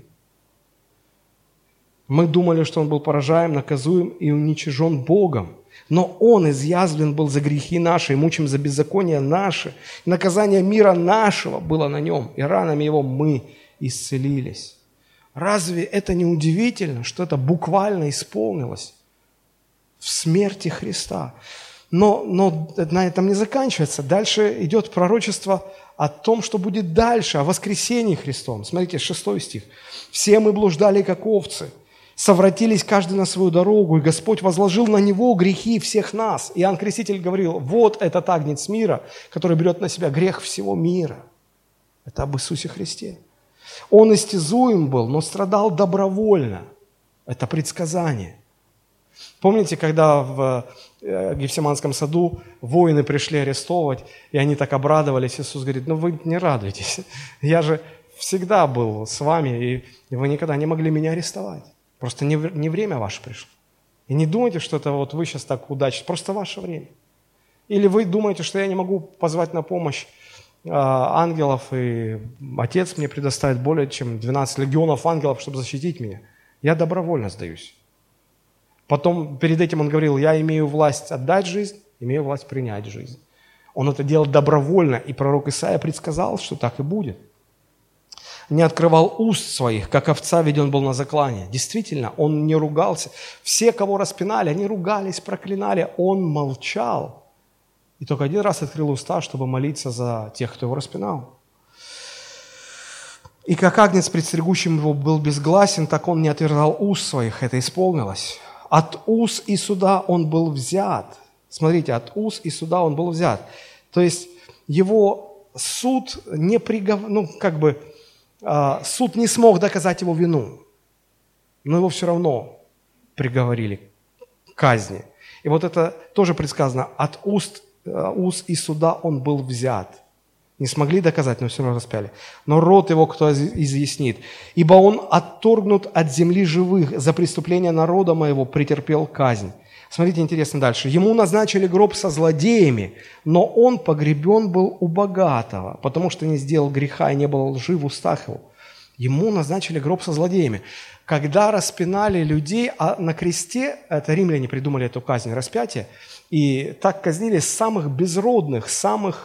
Мы думали, что он был поражаем, наказуем и уничижен Богом. Но он изъязвлен был за грехи наши, и мучим за беззакония наши. Наказание мира нашего было на нем, и ранами его мы исцелились. Разве это не удивительно, что это буквально исполнилось в смерти Христа? Но на этом не заканчивается. Дальше идет пророчество о том, что будет дальше, о воскресении Христовом. Смотрите, 6 стих. «Все мы блуждали, как овцы, совратились каждый на свою дорогу, и Господь возложил на него грехи всех нас». Иоанн Креститель говорил, вот этот агнец мира, который берет на себя грех всего мира. Это об Иисусе Христе. Он истязуем был, но страдал добровольно. Это предсказание. Помните, когда в Гефсиманском саду воины пришли арестовывать, и они так обрадовались, Иисус говорит, ну вы не радуйтесь, я же всегда был с вами, и вы никогда не могли меня арестовать. Просто не время ваше пришло. И не думайте, что это вот вы сейчас так удачно, просто ваше время. Или вы думаете, что я не могу позвать на помощь ангелов, и Отец мне предоставит более чем 12 легионов ангелов, чтобы защитить меня. Я добровольно сдаюсь. Потом перед этим он говорил, я имею власть отдать жизнь, имею власть принять жизнь. Он это делал добровольно, и пророк Исаия предсказал, что так и будет. Не открывал уст своих, как овца веден был на заклание. Действительно, он не ругался. Все, кого распинали, они ругались, проклинали. Он молчал. И только один раз открыл уста, чтобы молиться за тех, кто его распинал. И как агнец, предстерегущим его, был безгласен, так он не отвергал уст своих. Это исполнилось. От уз и суда он был взят. Смотрите, от уз и суда он был взят. То есть его суд не суд не смог доказать его вину, но его все равно приговорили к казни. И вот это тоже предсказано. От уз и суда он был взят. Не смогли доказать, но все равно распяли. Но род его кто изъяснит? Ибо он отторгнут от земли живых, за преступление народа моего претерпел казнь. Смотрите, интересно дальше. Ему назначили гроб со злодеями, но он погребен был у богатого, потому что не сделал греха и не было лжи в устах его. Ему назначили гроб со злодеями. Когда распинали людей, а на кресте, это римляне придумали эту казнь, распятие, и так казнили самых безродных, самых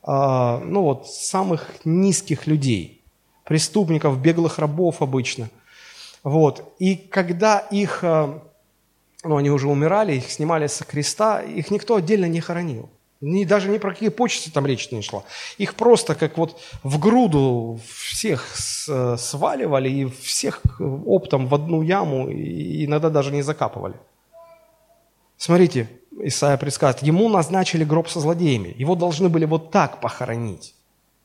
низких людей, преступников, беглых рабов обычно. И когда их, они уже умирали, их снимали со креста, их никто отдельно не хоронил. Даже ни про какие почести там речь не шла. Их просто как в груду всех сваливали и всех оптом в одну яму, и иногда даже не закапывали. Смотрите, Исайя предсказывает, ему назначили гроб со злодеями. Его должны были вот так похоронить.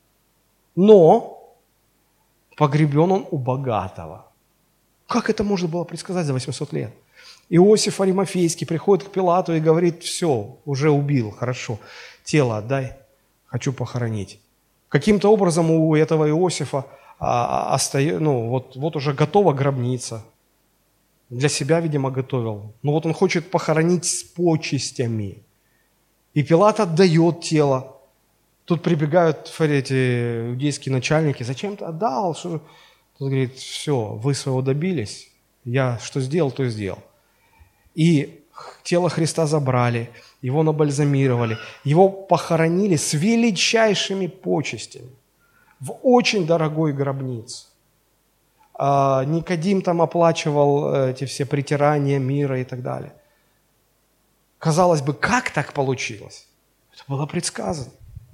Но погребен он у богатого. Как это можно было предсказать за 800 лет? Иосиф Аримафейский приходит к Пилату и говорит, все, уже убил, хорошо, тело отдай, хочу похоронить. Каким-то образом у этого Иосифа уже готова гробница. Для себя, видимо, готовил. Но он хочет похоронить с почестями. И Пилат отдает тело. Тут прибегают эти иудейские начальники. Зачем ты отдал? Тут говорит, все, вы своего добились. Я что сделал, то и сделал. И тело Христа забрали, его набальзамировали, его похоронили с величайшими почестями в очень дорогой гробнице. Никодим там оплачивал эти все притирания мира и так далее. Казалось бы, как так получилось? Это было предсказано.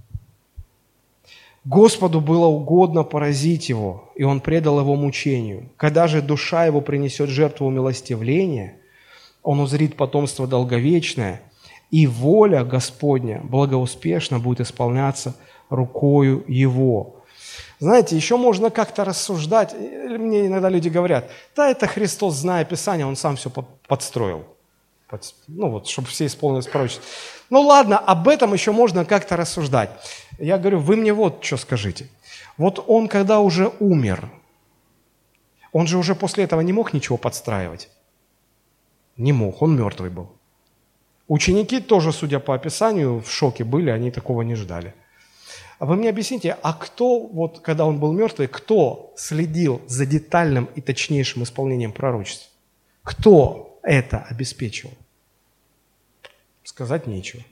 Господу было угодно поразить его, и он предал его мучению. Когда же душа его принесет жертву умилостивления, он узрит потомство долговечное, и воля Господня благоуспешно будет исполняться рукою его. Знаете, еще можно как-то рассуждать. Мне иногда люди говорят, да, это Христос, зная Писание, Он сам все подстроил. Чтобы все исполнилось пророчество. Ладно, об этом еще можно как-то рассуждать. Я говорю, вы мне вот что скажите. Он, когда уже умер, он же уже после этого не мог ничего подстраивать. Не мог, он мертвый был. Ученики тоже, судя по описанию, в шоке были, они такого не ждали. А вы мне объясните, а кто, когда он был мертвый, кто следил за детальным и точнейшим исполнением пророчеств? Кто это обеспечивал? Сказать нечего.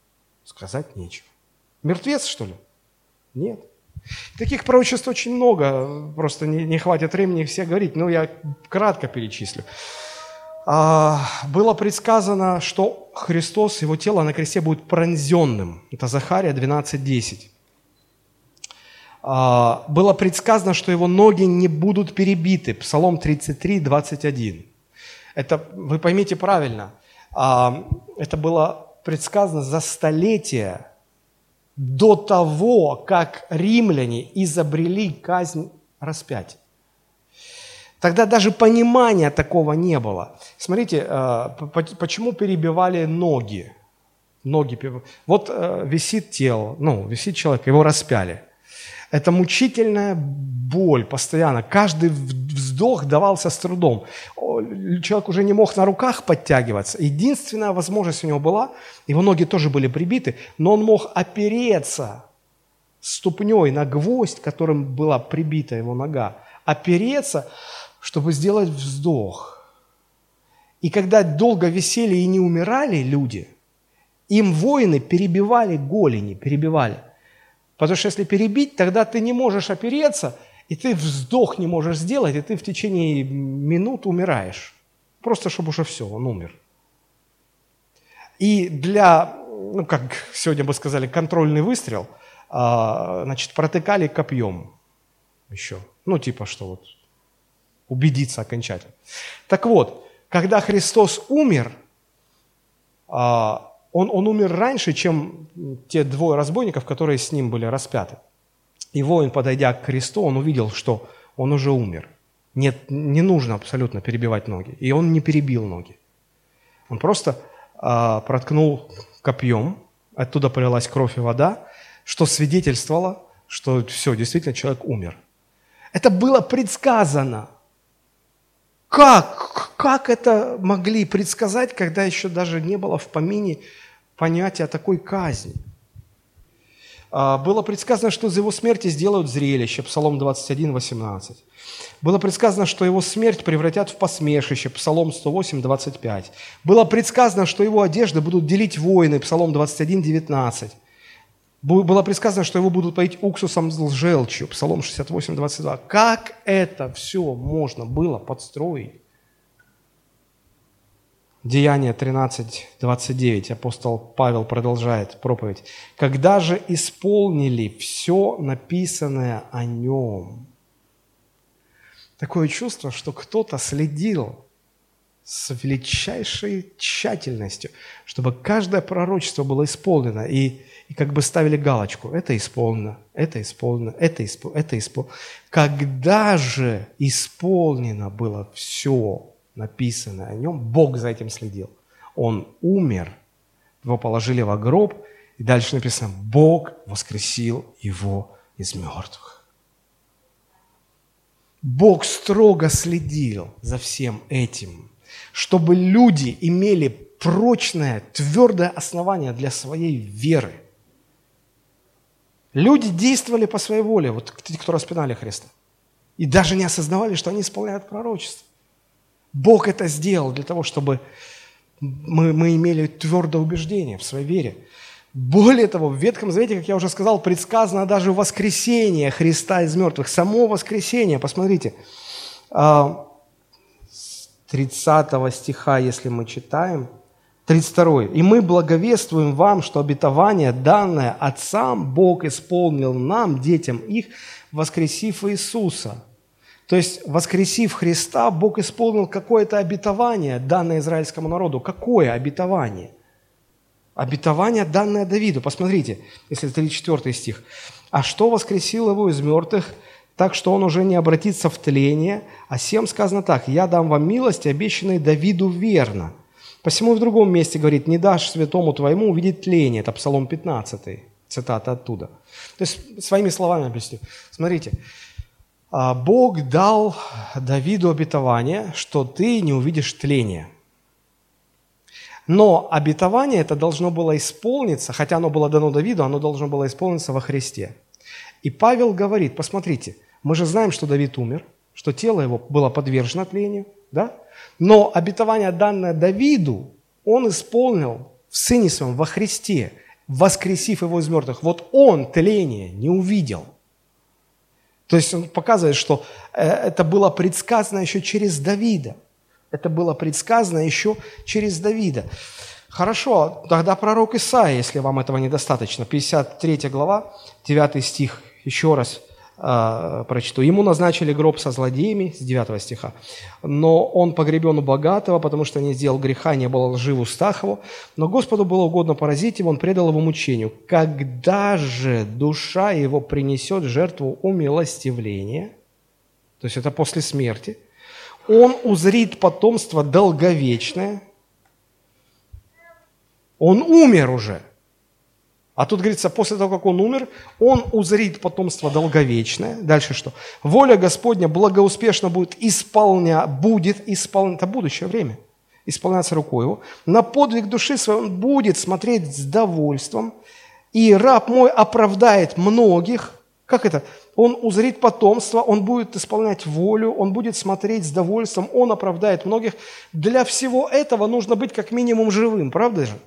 Мертвец, что ли? Нет. Таких пророчеств очень много, просто не хватит времени их все говорить, но я кратко перечислю. Было предсказано, что Христос, его тело на кресте будет пронзенным. Это Захария 12:10. Было предсказано, что его ноги не будут перебиты. Псалом 33:21. Это, вы поймите правильно, это было предсказано за столетия до того, как римляне изобрели казнь распятия. Тогда даже понимания такого не было. Смотрите, почему перебивали ноги? Висит тело, висит человек, его распяли. Это мучительная боль постоянно. Каждый вздох давался с трудом. Человек уже не мог на руках подтягиваться. Единственная возможность у него была, его ноги тоже были прибиты, но он мог опереться ступней на гвоздь, которым была прибита его нога. Опереться, чтобы сделать вздох. И когда долго висели и не умирали люди, им воины перебивали голени, Потому что если перебить, тогда ты не можешь опереться, и ты вздох не можешь сделать, и ты в течение минут умираешь. Просто чтобы уже все, он умер. И для ну, как сегодня бы сказали, контрольный выстрел, значит, протыкали копьем еще. Ну, типа, что вот убедиться окончательно. Так вот, когда Христос умер, он умер раньше, чем те двое разбойников, которые с ним были распяты. И воин, подойдя к кресту, он увидел, что он уже умер. Нет, не нужно абсолютно перебивать ноги. И он не перебил ноги. Он просто проткнул копьем, оттуда полилась кровь и вода, что свидетельствовало, что все, действительно человек умер. Это было предсказано. Как это могли предсказать, когда еще даже не было в помине понятия такой казни? Было предсказано, что из его смерти сделают зрелище, Псалом 21, 18. Было предсказано, что его смерть превратят в посмешище, Псалом 108, 25. Было предсказано, что его одежды будут делить воины, Псалом 21, 19. Было предсказано, что его будут поить уксусом с желчью, Псалом 68, 22. Как это все можно было подстроить? Деяния 13, 29, апостол Павел продолжает проповедь. «Когда же исполнили все написанное о нем». Такое чувство, что кто-то следил с величайшей тщательностью, чтобы каждое пророчество было исполнено, и как бы ставили галочку. Это исполнено, это исполнено, это исполнено. Когда же исполнено было все написанное о нем, Бог за этим следил. Он умер, его положили во гроб, и дальше написано, Бог воскресил его из мертвых. Бог строго следил за всем этим, чтобы люди имели прочное, твердое основание для своей веры. Люди действовали по своей воле, вот те, кто распинали Христа, и даже не осознавали, что они исполняют пророчество. Бог это сделал для того, чтобы мы имели твердое убеждение в своей вере. Более того, в Ветхом Завете, как я уже сказал, предсказано даже воскресение Христа из мертвых. Само воскресение, посмотрите, 30 стиха, если мы читаем, 32. «И мы благовествуем вам, что обетование, данное отцам, Бог исполнил нам, детям их, воскресив Иисуса». То есть, воскресив Христа, Бог исполнил какое-то обетование, данное израильскому народу. Какое обетование? Обетование, данное Давиду. Посмотрите, если 34 стих. «А что воскресил его из мертвых, так что он уже не обратится в тление? А сем сказано так, я дам вам милость, обещанной Давиду верно. Посему в другом месте говорит, не дашь святому твоему увидеть тление». Это Псалом 15, цитата оттуда. То есть, своими словами объясню. Смотрите. Бог дал Давиду обетование, что ты не увидишь тления. Но обетование это должно было исполниться, хотя оно было дано Давиду, оно должно было исполниться во Христе. И Павел говорит, посмотрите, мы же знаем, что Давид умер, что тело его было подвержено тлению, да? Но обетование, данное Давиду, он исполнил в Сыне Своем, во Христе, воскресив его из мертвых. Вот он тление не увидел. То есть он показывает, что это было предсказано еще через Давида. Это было предсказано еще через Давида. Хорошо, тогда пророк Исаия, если вам этого недостаточно, 53 глава, 9 стих, еще раз прочту. «Ему назначили гроб со злодеями», с 9 стиха, «но он погребен у богатого, потому что не сделал греха, не был лжив в устах его, но Господу было угодно поразить его, он предал его мучению. Когда же душа его принесет жертву умилостивления», то есть это после смерти, «он узрит потомство долговечное». Он умер уже. А тут говорится, после того, как он умер, он узрит потомство долговечное. Дальше что? «Воля Господня благоуспешно будет исполняться, это будущее время, исполняться рукой его. На подвиг души своей он будет смотреть с довольством, и раб мой оправдает многих». Как это? Он узрит потомство, он будет исполнять волю, он будет смотреть с довольством, он оправдает многих. Для всего этого нужно быть как минимум живым, правда же?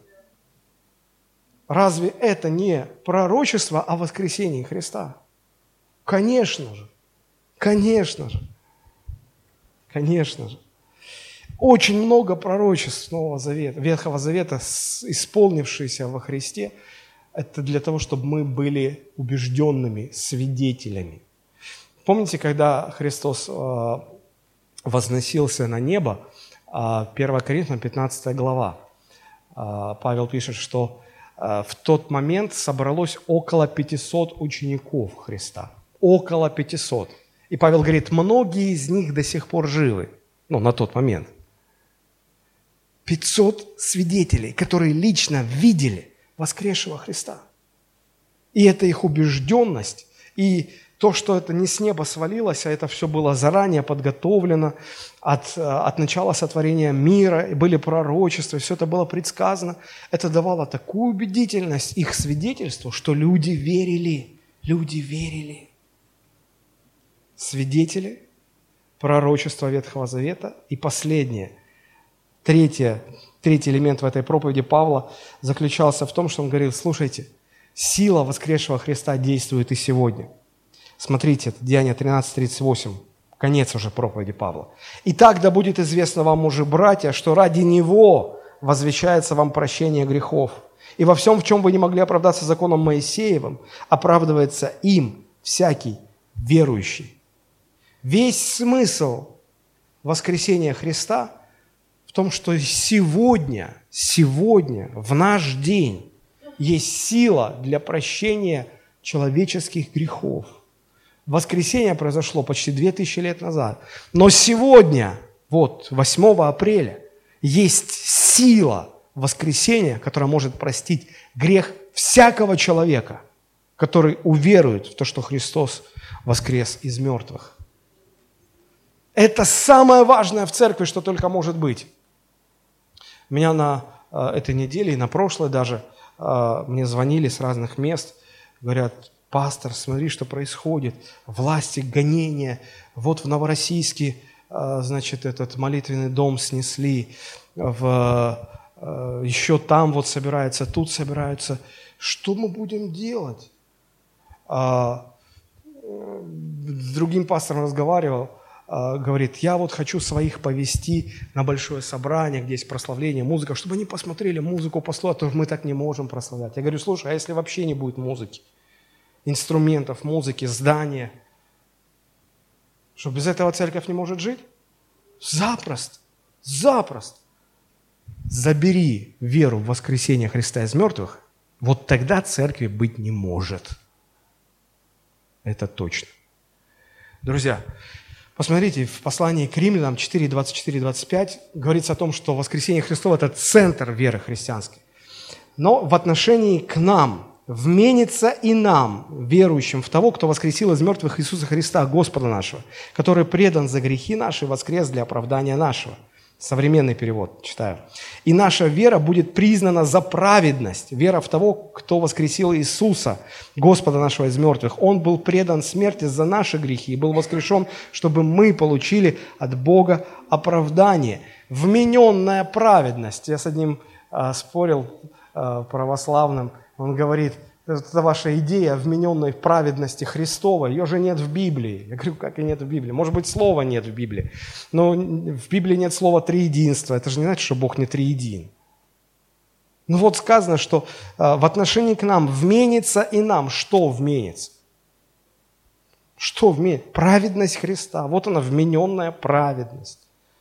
Разве это не пророчество о воскресении Христа? Конечно же. Конечно же. Конечно же. Очень много пророчеств Нового Завета, Ветхого Завета, исполнившиеся во Христе, это для того, чтобы мы были убежденными свидетелями. Помните, когда Христос возносился на небо, 1 Коринфянам 15 глава, Павел пишет, что в тот момент собралось около 500 учеников Христа. Около 500. И Павел говорит, многие из них до сих пор живы. На тот момент. 500 свидетелей, которые лично видели воскресшего Христа. И это их убежденность, и то, что это не с неба свалилось, а это все было заранее подготовлено от начала сотворения мира, и были пророчества, и все это было предсказано, это давало такую убедительность их свидетельству, что люди верили. Люди верили. Свидетели, пророчества Ветхого Завета. И последнее, третий элемент в этой проповеди Павла заключался в том, что он говорил, слушайте, сила воскресшего Христа действует и сегодня. Смотрите, это Деяния 13:38, конец уже проповеди Павла. «Итак, да будет известно вам, мужи, братья, что ради Него возвещается вам прощение грехов, и во всем, в чем вы не могли оправдаться законом Моисеевым, оправдывается им всякий верующий». Весь смысл воскресения Христа в том, что сегодня, в наш день, есть сила для прощения человеческих грехов. Воскресение произошло почти 2000 лет назад. Но сегодня, 8 апреля, есть сила воскресения, которая может простить грех всякого человека, который уверует в то, что Христос воскрес из мертвых. Это самое важное в церкви, что только может быть. Меня на этой неделе и на прошлой даже мне звонили с разных мест, говорят, пастор, смотри, что происходит, власти, гонения, в Новороссийске, этот молитвенный дом снесли, еще там собираются, тут собираются. Что мы будем делать? С другим пастором разговаривал, говорит, я хочу своих повести на большое собрание, где есть прославление, музыка, чтобы они посмотрели музыку, послушали, а то мы так не можем прославлять. Я говорю, слушай, а если вообще не будет музыки, инструментов, музыки, здания, что без этого церковь не может жить? Запросто. Забери веру в воскресение Христа из мертвых, тогда церкви быть не может. Это точно. Друзья, посмотрите, в послании к Римлянам 4, 24-25 говорится о том, что воскресение Христово – это центр веры христианской. Но в отношении к нам вменится и нам, верующим в того, кто воскресил из мертвых Иисуса Христа, Господа нашего, который предан за грехи наши, воскрес для оправдания нашего. Современный перевод читаю. «И наша вера будет признана за праведность». Вера в того, кто воскресил Иисуса, Господа нашего из мертвых. Он был предан смерти за наши грехи и был воскрешен, чтобы мы получили от Бога оправдание. Вмененная праведность. Я с одним спорил православным. Он говорит, это ваша идея вмененной праведности Христовой, ее же нет в Библии. Я говорю, как и нет в Библии? Может быть, слова нет в Библии. Но в Библии нет слова триединства. Это же не значит, что Бог не триедин. Сказано, что в отношении к нам вменится и нам. Что вменится? Что вменится? Праведность Христа. Она, вмененная праведность.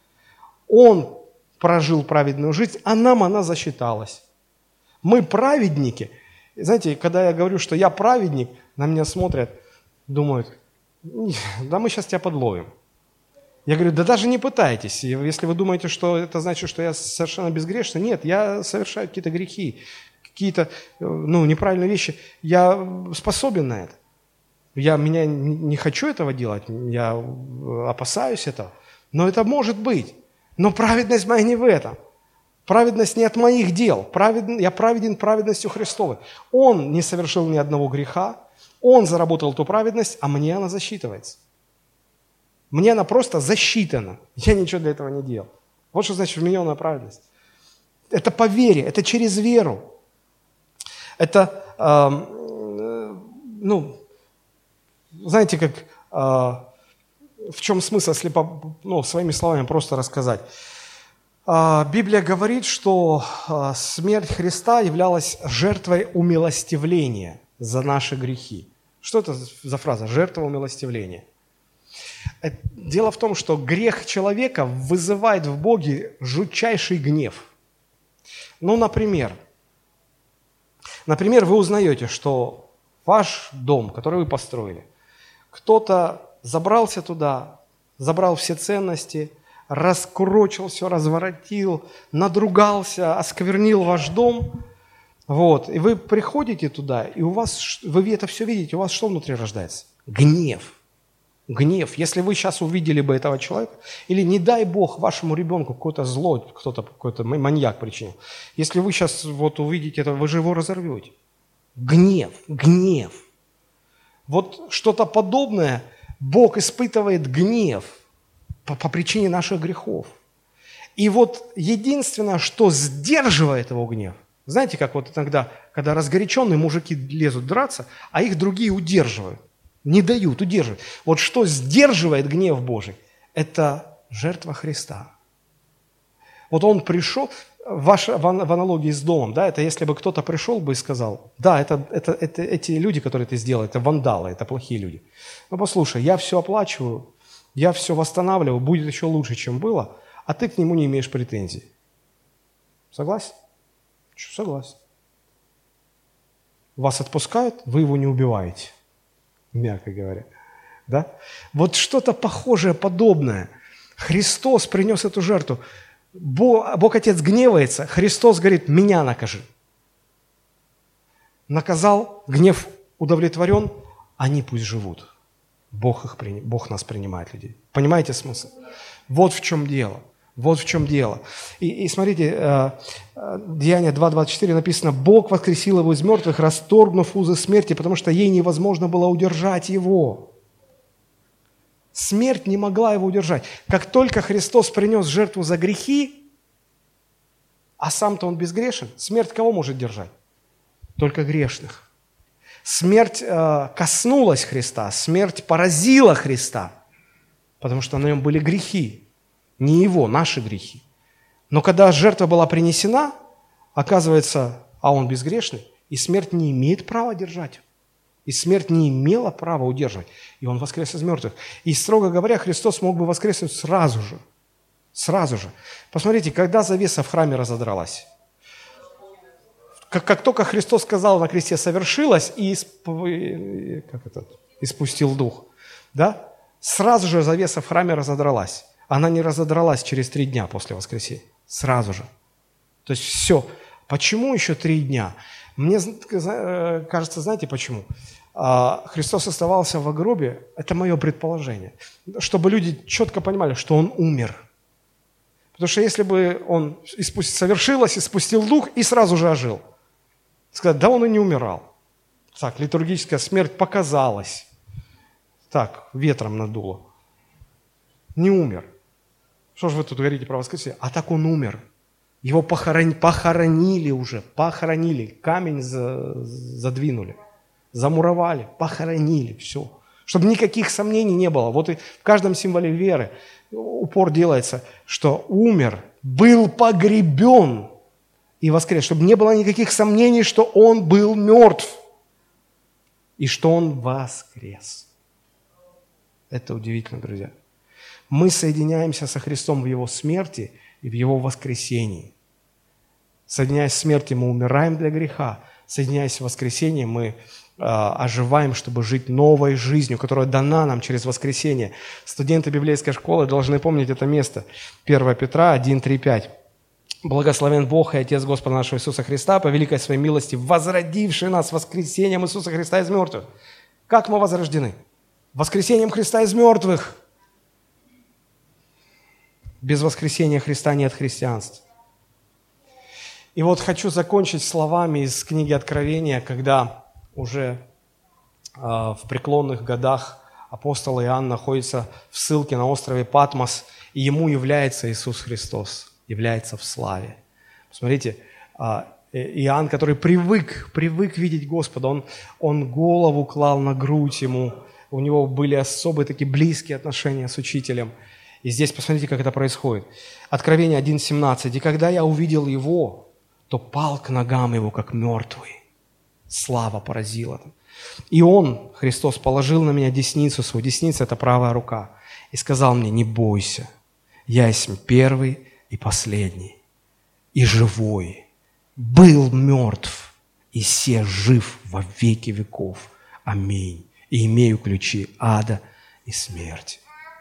Он прожил праведную жизнь, а нам она засчиталась. Мы праведники. Знаете, когда я говорю, что я праведник, на меня смотрят, думают, да мы сейчас тебя подловим. Я говорю, да даже не пытайтесь. Если вы думаете, что это значит, что я совершенно безгрешный, нет, я совершаю какие-то грехи, какие-то неправильные вещи. Я способен на это. Я не хочу этого делать, я опасаюсь этого. Но это может быть. Но праведность моя не в этом. Праведность не от моих дел. Я праведен праведностью Христовой. Он не совершил ни одного греха. Он заработал эту праведность, а мне она засчитывается. Мне она просто засчитана. Я ничего для этого не делал. Вот что значит вмененная праведность. Это по вере, это через веру. Это, знаете, как, в чем смысл, если своими словами просто рассказать. Библия говорит, что смерть Христа являлась жертвой умилостивления за наши грехи. Что это за фраза? Жертва умилостивления. Дело в том, что грех человека вызывает в Боге жутчайший гнев. Ну, например, вы узнаете, что ваш дом, который вы построили, кто-то забрался туда, забрал все ценности, раскурочил все, разворотил, надругался, осквернил ваш дом. Вот. И вы приходите туда, и у вас, вы это все видите, у вас что внутри рождается? Гнев. Гнев. Если вы сейчас увидели бы этого человека, или не дай Бог вашему ребенку какое-то зло, какой-то маньяк причинил, если вы сейчас вот увидите это, вы же его разорвете. Гнев. Гнев. Вот что-то подобное Бог испытывает гнев по причине наших грехов. И вот единственное, что сдерживает его гнев, знаете, как вот иногда, когда разгоряченные мужики лезут драться, а их другие удерживают, не дают, удерживают. Вот что сдерживает гнев Божий, это жертва Христа. Вот он пришел, в аналогии с домом, да, это если бы кто-то пришел бы и сказал, да, это эти люди, которые это сделали, это вандалы, это плохие люди. Ну послушай, я все оплачиваю, я все восстанавливаю, будет еще лучше, чем было, а ты к нему не имеешь претензий. Согласен? Согласен. Вас отпускают, вы его не убиваете, мягко говоря. Да? Вот что-то похожее, подобное. Христос принес эту жертву. Бог Отец гневается, Христос говорит, меня накажи. Наказал, гнев удовлетворен, они пусть живут. Бог нас принимает, людей. Понимаете смысл? Вот в чем дело. Вот в чем дело. И смотрите, Деяния 2:24 написано, Бог воскресил его из мертвых, расторгнув узы смерти, потому что ей невозможно было удержать его. Смерть не могла его удержать. Как только Христос принес жертву за грехи, а сам-то он безгрешен, смерть кого может держать? Только грешных. Смерть коснулась Христа, смерть поразила Христа, потому что на нем были грехи, не его, наши грехи. Но когда жертва была принесена, оказывается, а он безгрешный, и смерть не имеет права держать. И смерть не имела права удерживать. И он воскрес из мертвых. И, строго говоря, Христос мог бы воскреснуть сразу же. Сразу же. Посмотрите, когда завеса в храме разодралась. Как только Христос сказал на кресте «совершилось» и испустил дух, да? Сразу же завеса в храме разодралась. Она не разодралась через 3 дня после воскресения. Сразу же. То есть все. Почему еще 3 дня? Мне кажется, знаете почему? Христос оставался в гробе, это мое предположение, чтобы люди четко понимали, что Он умер. Потому что если бы Он совершилось, испустил дух и сразу же ожил, сказать, да Он и не умирал. Так, литургическая смерть показалась. Так, ветром надуло. Не умер. Что же вы тут говорите про воскресение? А так Он умер. Его похоронили уже, камень задвинули, замуровали, похоронили, все. Чтобы никаких сомнений не было. Вот и в каждом символе веры упор делается, что умер, был погребен и воскрес, чтобы не было никаких сомнений, что он был мертв и что он воскрес. Это удивительно, друзья. Мы соединяемся со Христом в Его смерти и в Его воскресении. Соединяясь в смерти, мы умираем для греха. Соединяясь в воскресении, мы оживаем, чтобы жить новой жизнью, которая дана нам через воскресение. Студенты библейской школы должны помнить это место. 1 Петра 1:3-5. «Благословен Бог и Отец Господа нашего Иисуса Христа, по великой своей милости, возродивший нас воскресением Иисуса Христа из мертвых». Как мы возрождены? Воскресением Христа из мертвых. Без воскресения Христа нет христианства. И вот хочу закончить словами из книги Откровения, когда уже в преклонных годах апостол Иоанн находится в ссылке на острове Патмос, и ему является Иисус Христос, является в славе. Посмотрите, Иоанн, который привык видеть Господа, он голову клал на грудь ему, у него были особые такие близкие отношения с учителем. И здесь посмотрите, как это происходит. Откровение 1:17. «И когда я увидел его, то пал к ногам его, как мертвый». Слава поразила. И он, Христос, положил на меня десницу свою. Десница – это правая рука. И сказал мне: не бойся, я есть первый и последний, и живой. Был мертв, и се жив во веки веков. Аминь. И имею ключи ада и смерти.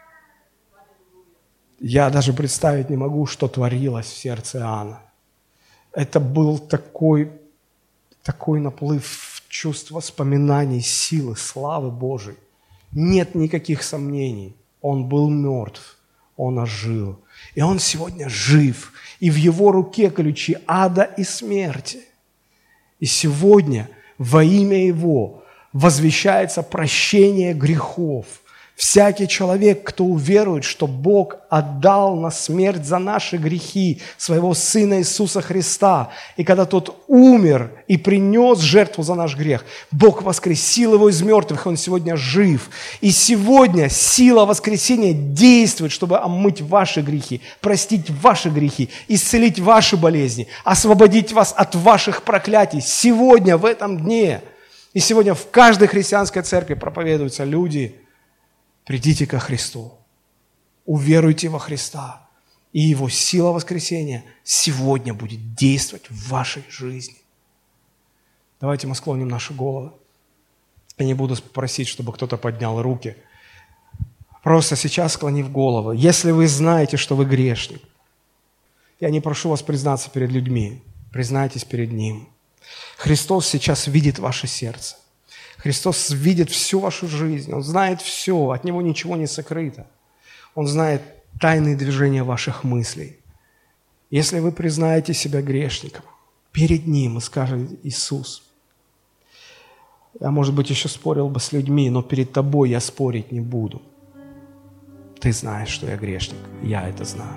Я даже представить не могу, что творилось в сердце Иоанна. Это был такой наплыв чувств, воспоминаний, силы, славы Божией. Нет никаких сомнений. Он был мертв, он ожил. И он сегодня жив. И в его руке ключи ада и смерти. И сегодня во имя его возвещается прощение грехов. Всякий человек, кто уверует, что Бог отдал на смерть за наши грехи своего Сына Иисуса Христа, и когда Тот умер и принес жертву за наш грех, Бог воскресил Его из мертвых, Он сегодня жив. И сегодня сила воскресения действует, чтобы омыть ваши грехи, простить ваши грехи, исцелить ваши болезни, освободить вас от ваших проклятий. Сегодня, в этом дне, и сегодня в каждой христианской церкви проповедуются люди: придите ко Христу, уверуйте во Христа, и Его сила воскресения сегодня будет действовать в вашей жизни. Давайте мы склоним наши головы. Я не буду просить, чтобы кто-то поднял руки. Просто сейчас склонив голову. Если вы знаете, что вы грешник, я не прошу вас признаться перед людьми, признайтесь перед Ним. Христос сейчас видит ваше сердце. Христос видит всю вашу жизнь, Он знает все, от Него ничего не сокрыто. Он знает тайные движения ваших мыслей. Если вы признаете себя грешником, перед Ним и скажете: Иисус, я, может быть, еще спорил бы с людьми, но перед Тобой я спорить не буду. Ты знаешь, что я грешник, я это знаю.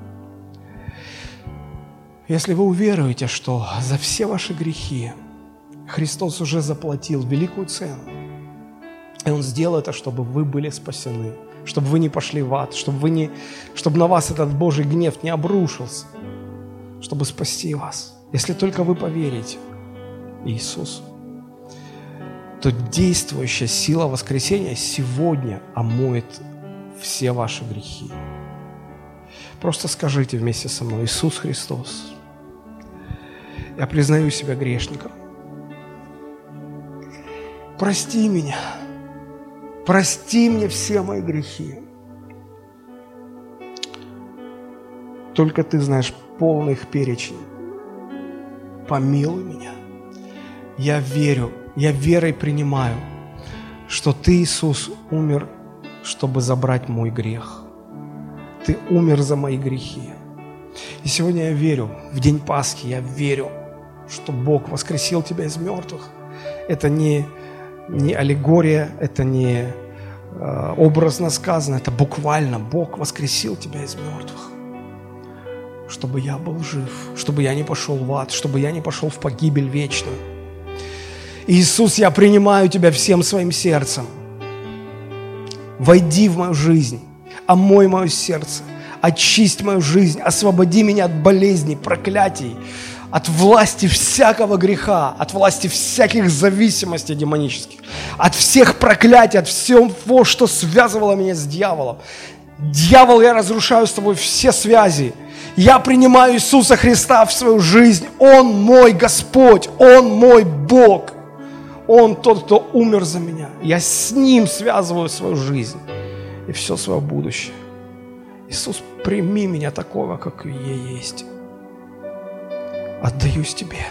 Если вы уверуете, что за все ваши грехи Христос уже заплатил великую цену, и Он сделал это, чтобы вы были спасены, чтобы вы не пошли в ад, чтобы на вас этот Божий гнев не обрушился, чтобы спасти вас. Если только вы поверите Иисусу, то действующая сила воскресения сегодня омоет все ваши грехи. Просто скажите вместе со мной: Иисус Христос, я признаю себя грешником. Прости меня, прости мне все мои грехи. Только Ты знаешь полный их перечень. Помилуй меня. Я верю, я верой принимаю, что Ты, Иисус, умер, чтобы забрать мой грех. Ты умер за мои грехи. И сегодня я верю, в день Пасхи я верю, что Бог воскресил Тебя из мертвых. Это не аллегория, это не образно сказано, это буквально Бог воскресил Тебя из мертвых, чтобы я был жив, чтобы я не пошел в ад, чтобы я не пошел в погибель вечную. Иисус, я принимаю Тебя всем своим сердцем. Войди в мою жизнь, омой мое сердце, очисть мою жизнь, освободи меня от болезней, проклятий, от власти всякого греха, от власти всяких зависимостей демонических, от всех проклятий, от всего, что связывало меня с дьяволом. Дьявол, я разрушаю с тобой все связи. Я принимаю Иисуса Христа в свою жизнь. Он мой Господь, Он мой Бог. Он тот, кто умер за меня. Я с Ним связываю свою жизнь и все свое будущее. Иисус, прими меня такого, как я есть. Отдаюсь Тебе.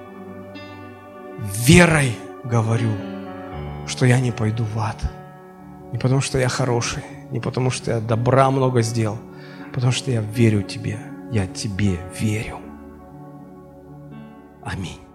Верой говорю, что я не пойду в ад. Не потому, что я хороший, не потому, что я добра много сделал, а потому, что я верю Тебе. Я Тебе верю. Аминь.